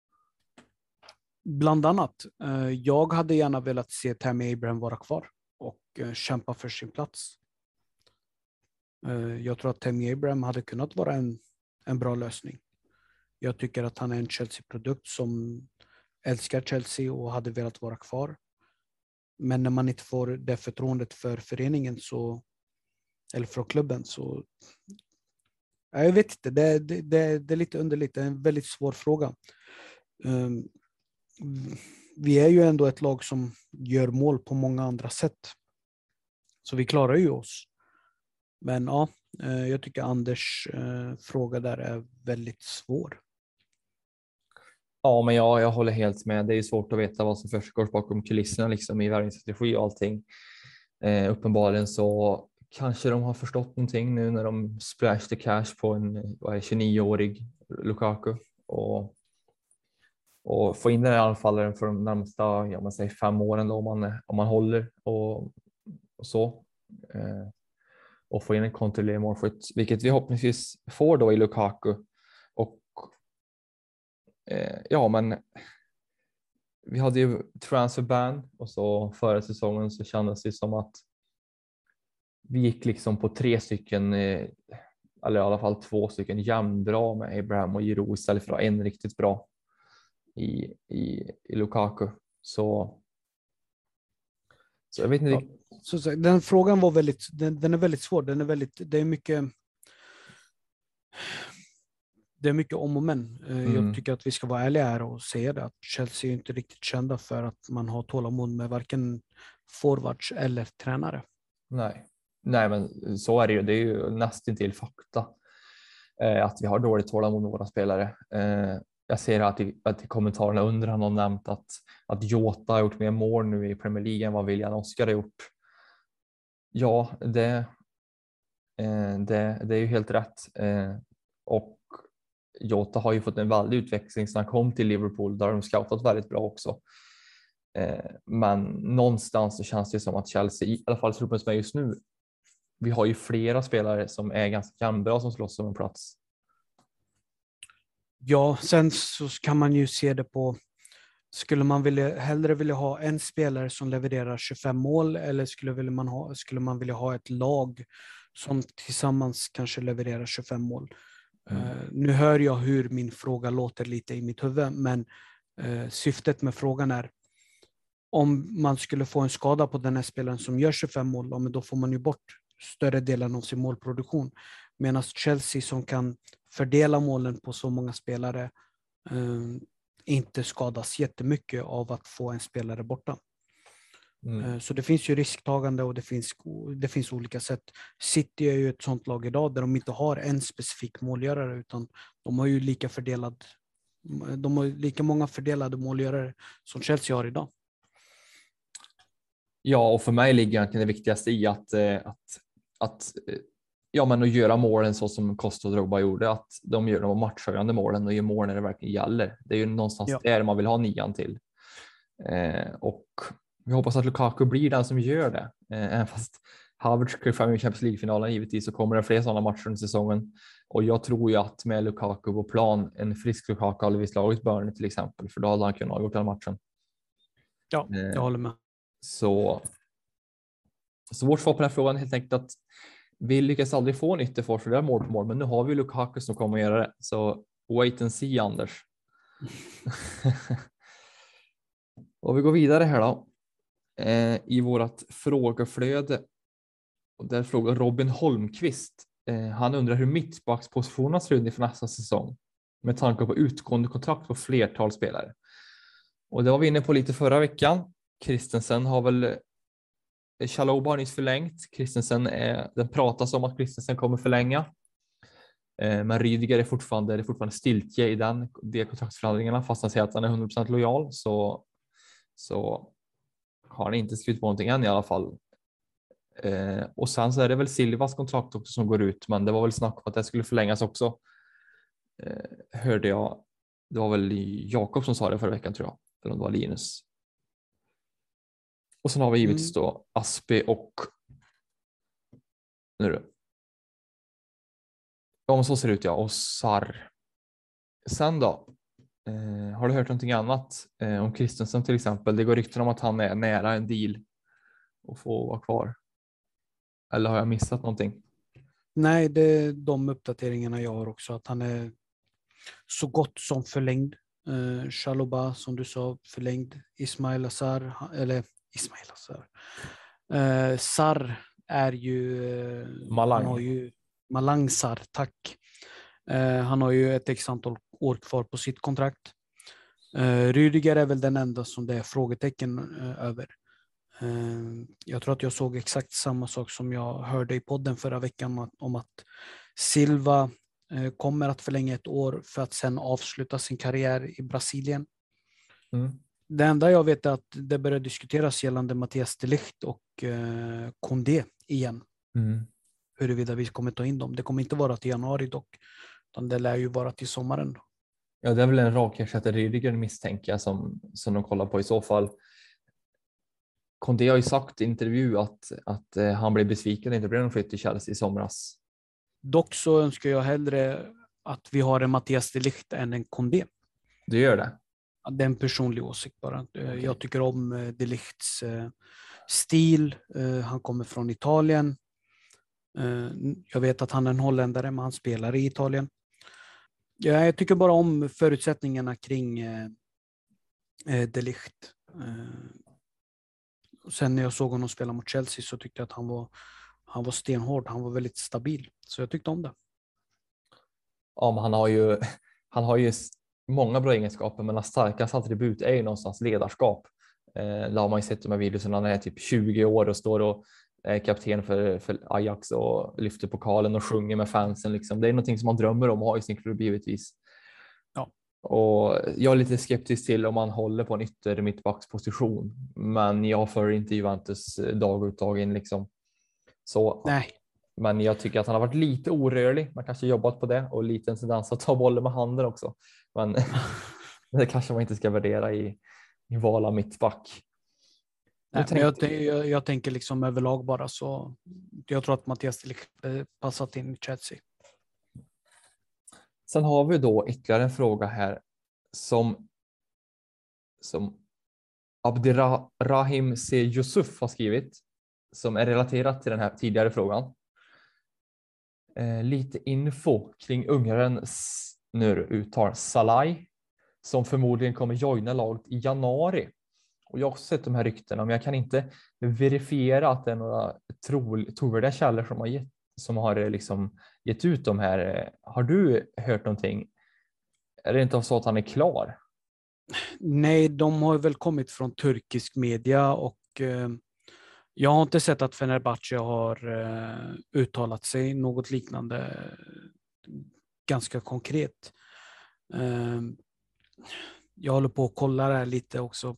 Bland annat. Eh, Jag hade gärna velat se Tammy Abraham vara kvar och eh, kämpa för sin plats. Eh, Jag tror att Tammy Abraham hade kunnat vara en, en bra lösning. Jag tycker att han är en Chelsea-produkt som älskar Chelsea och hade velat vara kvar. Men när man inte får det förtroendet för föreningen så, eller från klubben så, jag vet inte, det, det, det, det är lite underligt. Det är en väldigt svår fråga. Um, vi är ju ändå ett lag som gör mål på många andra sätt. Så vi klarar ju oss. Men ja, jag tycker Anders eh, fråga där är väldigt svår. Ja, men jag, jag håller helt med. Det är ju svårt att veta vad som försiggår bakom kulisserna liksom, i värvningsstrategi och allting. Eh, uppenbarligen så kanske de har förstått någonting nu när de splash the cash på en vad är det, tjugonio-årig Lukaku och, och få in den här anfallaren för de närmsta ja, man säger fem åren då, om, man, om man håller och, och så. Eh, och få in en kontrollerad målskytt, vilket vi hoppningsvis får då i Lukaku. Och eh, ja, men vi hade ju transfer ban och så förra säsongen så kändes det som att vi gick liksom på tre stycken, eh, eller i alla fall två stycken jämnbra med Abraham och Giroud istället för en riktigt bra i, i, i Lukaku. Så, så jag vet inte. Ja, så, så, den frågan var väldigt, den, den är väldigt svår. Den är väldigt, det är mycket det är mycket om och men. Mm. Jag tycker att vi ska vara ärliga här och säga det, att Chelsea är inte riktigt kända för att man har tålamod med varken forwards eller tränare. Nej, nej, men så är det ju. Det är ju nästan till fakta eh, att vi har dåligt tålamod med våra spelare. Eh, jag ser att i, att i kommentarerna under har någon nämnt att, att Jota har gjort mer mål nu i Premier League än vad William Oscar har gjort. Ja, det, eh, det, det är ju helt rätt. Eh, och Jota har ju fått en väldig utveckling sedan han kom till Liverpool. Där har de scoutat väldigt bra också. Eh, men någonstans så känns det som att Chelsea, i alla fall truppen som är just nu, vi har ju flera spelare som är ganska jämnbra som slåss om en plats. Ja, sen så kan man ju se det på, skulle man vilja, hellre vilja ha en spelare som levererar tjugofem mål eller skulle, vilja man ha, skulle man vilja ha ett lag som tillsammans kanske levererar tjugofem mål? Mm. Uh, nu hör jag hur min fråga låter lite i mitt huvud, men uh, syftet med frågan är om man skulle få en skada på den här spelaren som gör tjugofem mål, ja, men då får man ju bort större delen av sin målproduktion. Medan Chelsea som kan fördela målen på så många spelare eh, inte skadas jättemycket av att få en spelare borta. Mm. Eh, så det finns ju risktagande och det finns, det finns olika sätt. City är ju ett sånt lag idag där de inte har en specifik målgörare utan de har ju lika fördelad, de har lika många fördelade målgörare som Chelsea har idag. Ja, och för mig ligger egentligen det viktigaste i att, att, att, ja, men att göra målen så som Costa och Drogba gjorde, att de gör de matchhöjande målen och gör mål när det verkligen gäller. Det är ju någonstans ja. där man vill ha nian till. Eh, och vi hoppas att Lukaku blir den som gör det. Eh, även fast Havertz skulle fram i Champions League-finalen givetvis så kommer det fler sådana matcher under säsongen. Och jag tror ju att med Lukaku på plan, en frisk Lukaku hade vi slagit Burnley till exempel, för då hade han kunnat ha gjort den matchen. Ja, jag håller med. Så, så vårt svar på den här frågan är helt enkelt att vi lyckas aldrig få en ytterforward för det är mål på mål, men nu har vi Lukaku som kommer att göra det. Så wait and see, Anders. Och vi går vidare här då. Eh, I vårat frågeflöde. Och där frågar Robin Holmqvist. Eh, han undrar hur mittbackspositionerna ser ut inför nästa säsong. Med tanke på utgående kontrakt på flertal spelare. Och det var vi inne på lite förra veckan. Christensen har väl Chalobah har nyss förlängt. Christensen är, den pratas om att Christensen kommer förlänga. Eh, men Rydiger är fortfarande, det är fortfarande stiltje i den, de kontraktsförhandlingarna. Fast han säger att han är hundra procent lojal så, så har han inte skrivit på någonting än i alla fall. Eh, och sen så är det väl Silvas kontrakt också som går ut. Men det var väl snack om att det skulle förlängas också. Eh, hörde jag. Det var väl Jakob som sa det förra veckan tror jag. Eller om det var Linus. Och sen har vi givetvis då Aspi och nu Ja, men så ser det ut, ja. Och Sarr. Sen då? Eh, har du hört någonting annat eh, om Christensen till exempel? Det går rykten om att han är nära en deal och få vara kvar. Eller har jag missat någonting? Nej, det är de uppdateringarna jag har också. Att han är så gott som förlängd. Eh, Chalobah, som du sa, förlängd. Ismail Assar, eller Ismail Assar. Eh, Sarr är ju... Eh, Malang. Han har ju Malang Sarr, tack. Eh, han har ju ett x antal år kvar på sitt kontrakt. Eh, Rüdiger är väl den enda som det är frågetecken eh, över. Eh, jag tror att jag såg exakt samma sak som jag hörde i podden förra veckan om att, om att Silva eh, kommer att förlänga ett år för att sedan avsluta sin karriär i Brasilien. Mm. Det enda jag vet är att det börjar diskuteras gällande Mattias de Ligt och eh, Koundé igen. Mm. Huruvida vi kommer ta in dem. Det kommer inte vara till januari dock. Utan det lär ju vara till sommaren. Ja, det är väl en rak ersättare Rüdiger misstänker jag som, som de kollar på i så fall. Koundé har ju sagt i intervju att, att eh, han blev besviken att det inte blev någon flytt till Chelsea i somras. Dock så önskar jag hellre att vi har en Mattias de Ligt än en Koundé. Du gör det? Det är en personlig åsikt bara. Okay. Jag tycker om eh, de Ligts eh, stil. Eh, han kommer från Italien. Eh, jag vet att han är en holländare, men han spelar i Italien. Ja, jag tycker bara om förutsättningarna kring eh, de Ligt. Eh, sen när jag såg honom spela mot Chelsea så tyckte jag att han var, han var stenhård. Han var väldigt stabil. Så jag tyckte om det. Ja, men han har ju, han har ju många bra egenskaper, men hans starkaste attribut är ju någonstans ledarskap. Eh, det har man ju sett de här videorna. Han är typ tjugo år och står och är kapten för, för Ajax och lyfter pokalen och sjunger med fansen. Liksom. Det är någonting som man drömmer om att ha i sin klubb givetvis. Ja. Och jag är lite skeptisk till om man håller på en ytter mittbacksposition, men jag för inte Juventus dag ut dag in liksom. Så. Nej. Men jag tycker att han har varit lite orörlig. Man kanske jobbat på det och lite en tendens att ta bollen med handen också. Men det kanske man inte ska värdera i, i val av mittback. Nej, men jag, jag, jag tänker liksom överlag bara så. Jag tror att Mattias passat in i Chelsea. Sen har vi då ytterligare en fråga här som som Abdirahim C. Yusuf har skrivit, som är relaterat till den här tidigare frågan. Eh, lite info kring ungraren nu uttar Salai, som förmodligen kommer joina laget i januari. Och jag har också sett de här ryktena, men jag kan inte verifiera att det är några tro, trovärdiga källor som har gett, som har liksom gett ut de här. Har du hört någonting? Är det inte så att han är klar? Nej, de har väl kommit från turkisk media och eh, jag har inte sett att Fenerbahce har eh, uttalat sig något liknande ganska konkret. Eh, jag håller på att kolla det här lite också.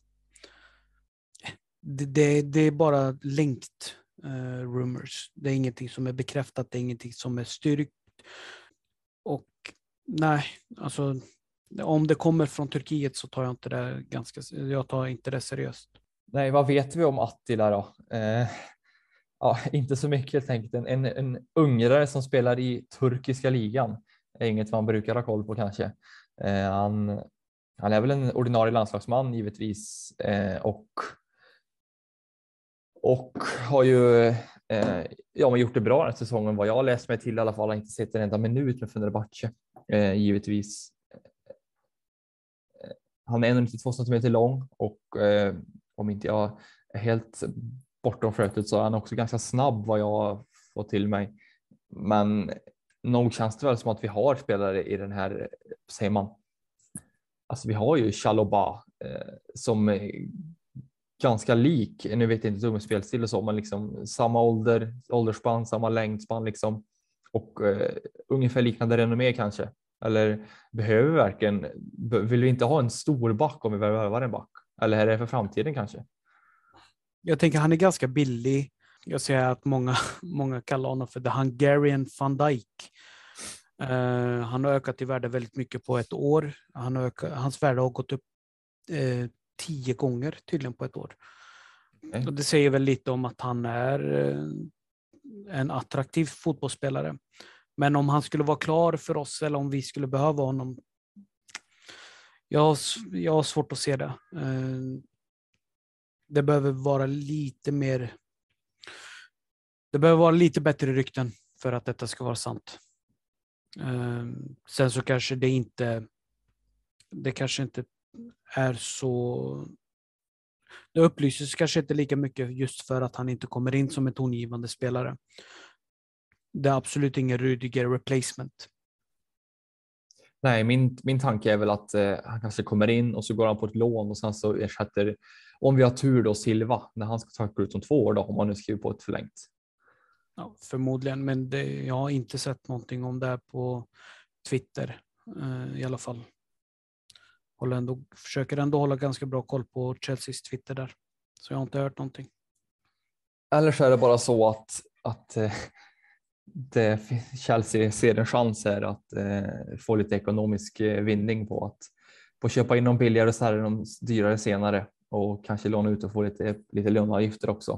Det, det, det är bara länkt eh, rumors. Det är ingenting som är bekräftat, det är ingenting som är styrkt. Och nej, alltså om det kommer från Turkiet så tar jag inte det ganska, jag tar inte det seriöst. Nej, vad vet vi om Attila då? Eh, ja, inte så mycket helt enkelt. En, en, en ungrare som spelar i turkiska ligan är inget man brukar ha koll på kanske. Eh, han, han är väl en ordinarie landslagsman givetvis eh, och och har ju eh, ja, man gjort det bra den här säsongen vad jag har läst mig till i alla fall. Har inte sett en enda minut med Fenerbahce eh, givetvis. Han är en komma nittiotvå centimeter lång och eh, om inte jag är helt bortom flötet så är han också ganska snabb vad jag får till mig. Men nog känns det väl som att vi har spelare i den här, säger man. Alltså vi har ju Chalobah eh, som är ganska lik, nu vet jag inte om spelstil och så, men liksom samma ålder, åldersspann, samma längdspann liksom och eh, ungefär liknande renommé kanske. Eller behöver vi verkligen, vill vi inte ha en stor back om vi värvar en back? Eller är det för framtiden kanske? Jag tänker han är ganska billig. Jag ser att många, många kallar honom för The Hungarian Van Dijk. Uh, han har ökat i värde väldigt mycket på ett år. Han har ökat, hans värde har gått upp uh, tio gånger tydligen på ett år. Okay. Och det säger väl lite om att han är uh, en attraktiv fotbollsspelare. Men om han skulle vara klar för oss eller om vi skulle behöva honom, jag har, jag har svårt att se det. Det behöver vara lite mer, det behöver vara lite bättre rykten för att detta ska vara sant. Sen så kanske det inte, det kanske inte är så, det upplyses kanske inte lika mycket just för att han inte kommer in som en tongivande spelare. Det är absolut ingen Rudiger replacement. Nej, min, min tanke är väl att eh, han kanske kommer in och så går han på ett lån och sen så ersätter, om vi har tur då, Silva när han ska ta ut om två år då, om han nu skriver på ett förlängt. Ja, förmodligen, men det, jag har inte sett någonting om det på Twitter eh, i alla fall. Håller ändå, försöker ändå hålla ganska bra koll på Chelseas Twitter där. Så jag har inte hört någonting. Eller så är det bara så att, att eh, det, Chelsea ser en chans här att eh, få lite ekonomisk eh, vinning på att på köpa in dem billigare och sälja dem dyrare senare och kanske låna ut och få lite, lite löneavgifter också.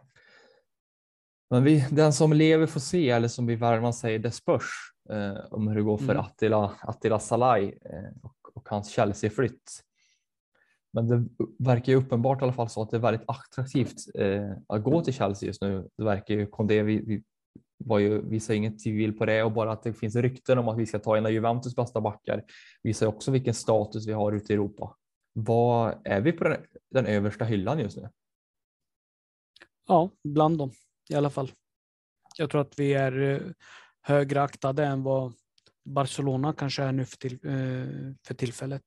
Men vi, den som lever får se, eller som vi Värmland säger, det spörs eh, om hur det går för mm. Attila, Attila Salai eh, och, och hans Chelsea-flytt. Men det verkar ju uppenbart i alla fall så att det är väldigt attraktivt eh, att gå till Chelsea just nu. Det verkar ju, Condé, vi, vi var ju, visar inget tvivel på det, och bara att det finns rykten om att vi ska ta en av Juventus bästa backar visar också vilken status vi har ute i Europa. Vad är vi på den, den översta hyllan just nu? Ja, bland dem i alla fall. Jag tror att vi är högre aktade än vad Barcelona kanske är nu för, till, för tillfället.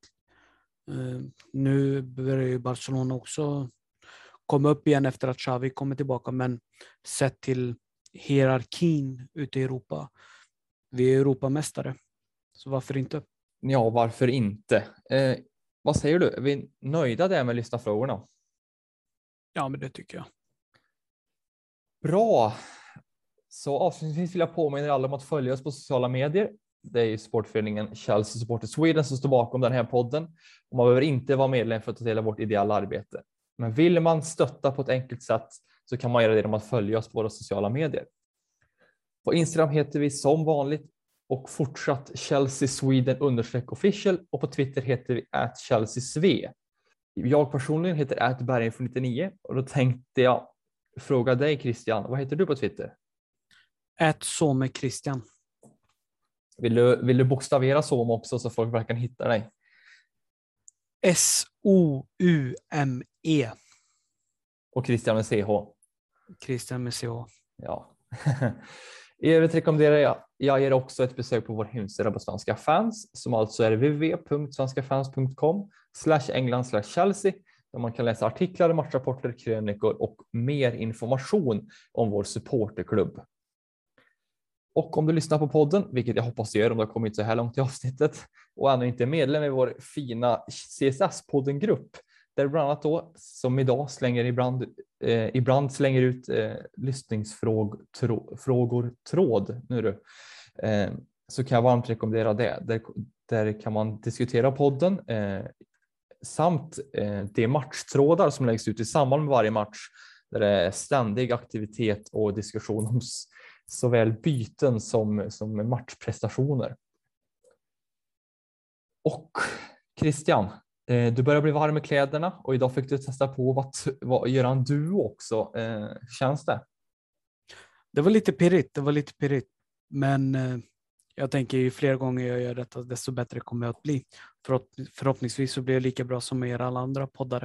Nu börjar ju Barcelona också komma upp igen efter att Xavi kommer tillbaka, men sett till hierarkin ute i Europa, vi är Europamästare, så varför inte? Ja, varför inte? Eh, vad säger du? Är vi nöjda där med lyssnarfrågorna? Ja, men det tycker jag. Bra. Så avslutningsvis vill jag påminna er alla om att följa oss på sociala medier. Det är ju sportföreningen Chelsea Supporters Sweden som står bakom den här podden. Och man behöver inte vara medlem för att ta del av vårt ideella arbete. Men vill man stötta på ett enkelt sätt så kan man göra det genom att följa oss på våra sociala medier. På Instagram heter vi som vanligt och fortsatt Chelsea Sweden understreck official, och på Twitter heter vi at Chelsea Sve. Jag personligen heter at Berginfo nittionio, och då tänkte jag fråga dig, Christian, vad heter du på Twitter? At Some Christian. Vill du, vill du bokstavera Some också så folk verkligen hittar dig? S O U M E. Och Christian med C H. Christian med C H. Ja. I övrigt rekommenderar jag, jag ger också ett besök på vår hemsida på Svenska Fans, som alltså är w w w punkt svenskafans punkt com slash england slash Chelsea, där man kan läsa artiklar, matchrapporter, krönikor och mer information om vår supporterklubb. Och om du lyssnar på podden, vilket jag hoppas du gör om du har kommit så här långt i avsnittet och ännu inte är medlem i vår fina C S S-poddengrupp, där bland annat då, som idag slänger ibland, eh, ibland slänger ut eh, lyssningsfrågor tråd nu du, eh, så kan jag varmt rekommendera det. Där, där kan man diskutera podden eh, samt eh, de matchtrådar som läggs ut i samband med varje match, där det är ständig aktivitet och diskussion om såväl byten som, som matchprestationer. Och Christian, du börjar bli varm i kläderna och idag fick du testa på vad, vad göra en duo också. Eh, känns det? Det var lite pirrigt, det var lite pirrigt. Men eh, jag tänker ju fler gånger jag gör detta, desto bättre kommer jag att bli. Förhopp förhoppningsvis så blir det lika bra som med alla andra poddare.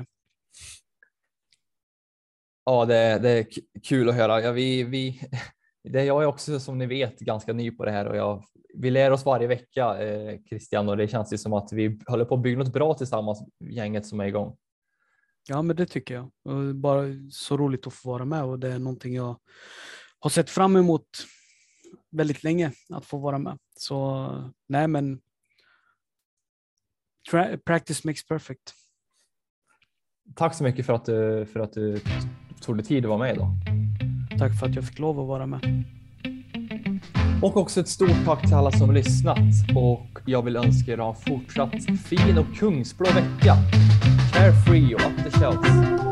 Ja, det, det är kul att höra. Ja, vi, vi, det är jag också, som ni vet, ganska ny på det här, och jag, vi lär oss varje vecka, eh, Christian, och det känns ju som att vi håller på att bygga något bra tillsammans, gänget som är igång. Ja, men det tycker jag. Och bara så roligt att få vara med, och det är någonting jag har sett fram emot väldigt länge, att få vara med. Så nej, men practice makes perfect. Tack så mycket för att du, för att du tog dig tid att vara med idag. Tack för att jag fick lov att vara med. Och också ett stort tack till alla som har lyssnat. Och jag vill önska er en fortsatt fin och kungsblå vecka. Carefree och up the shelves.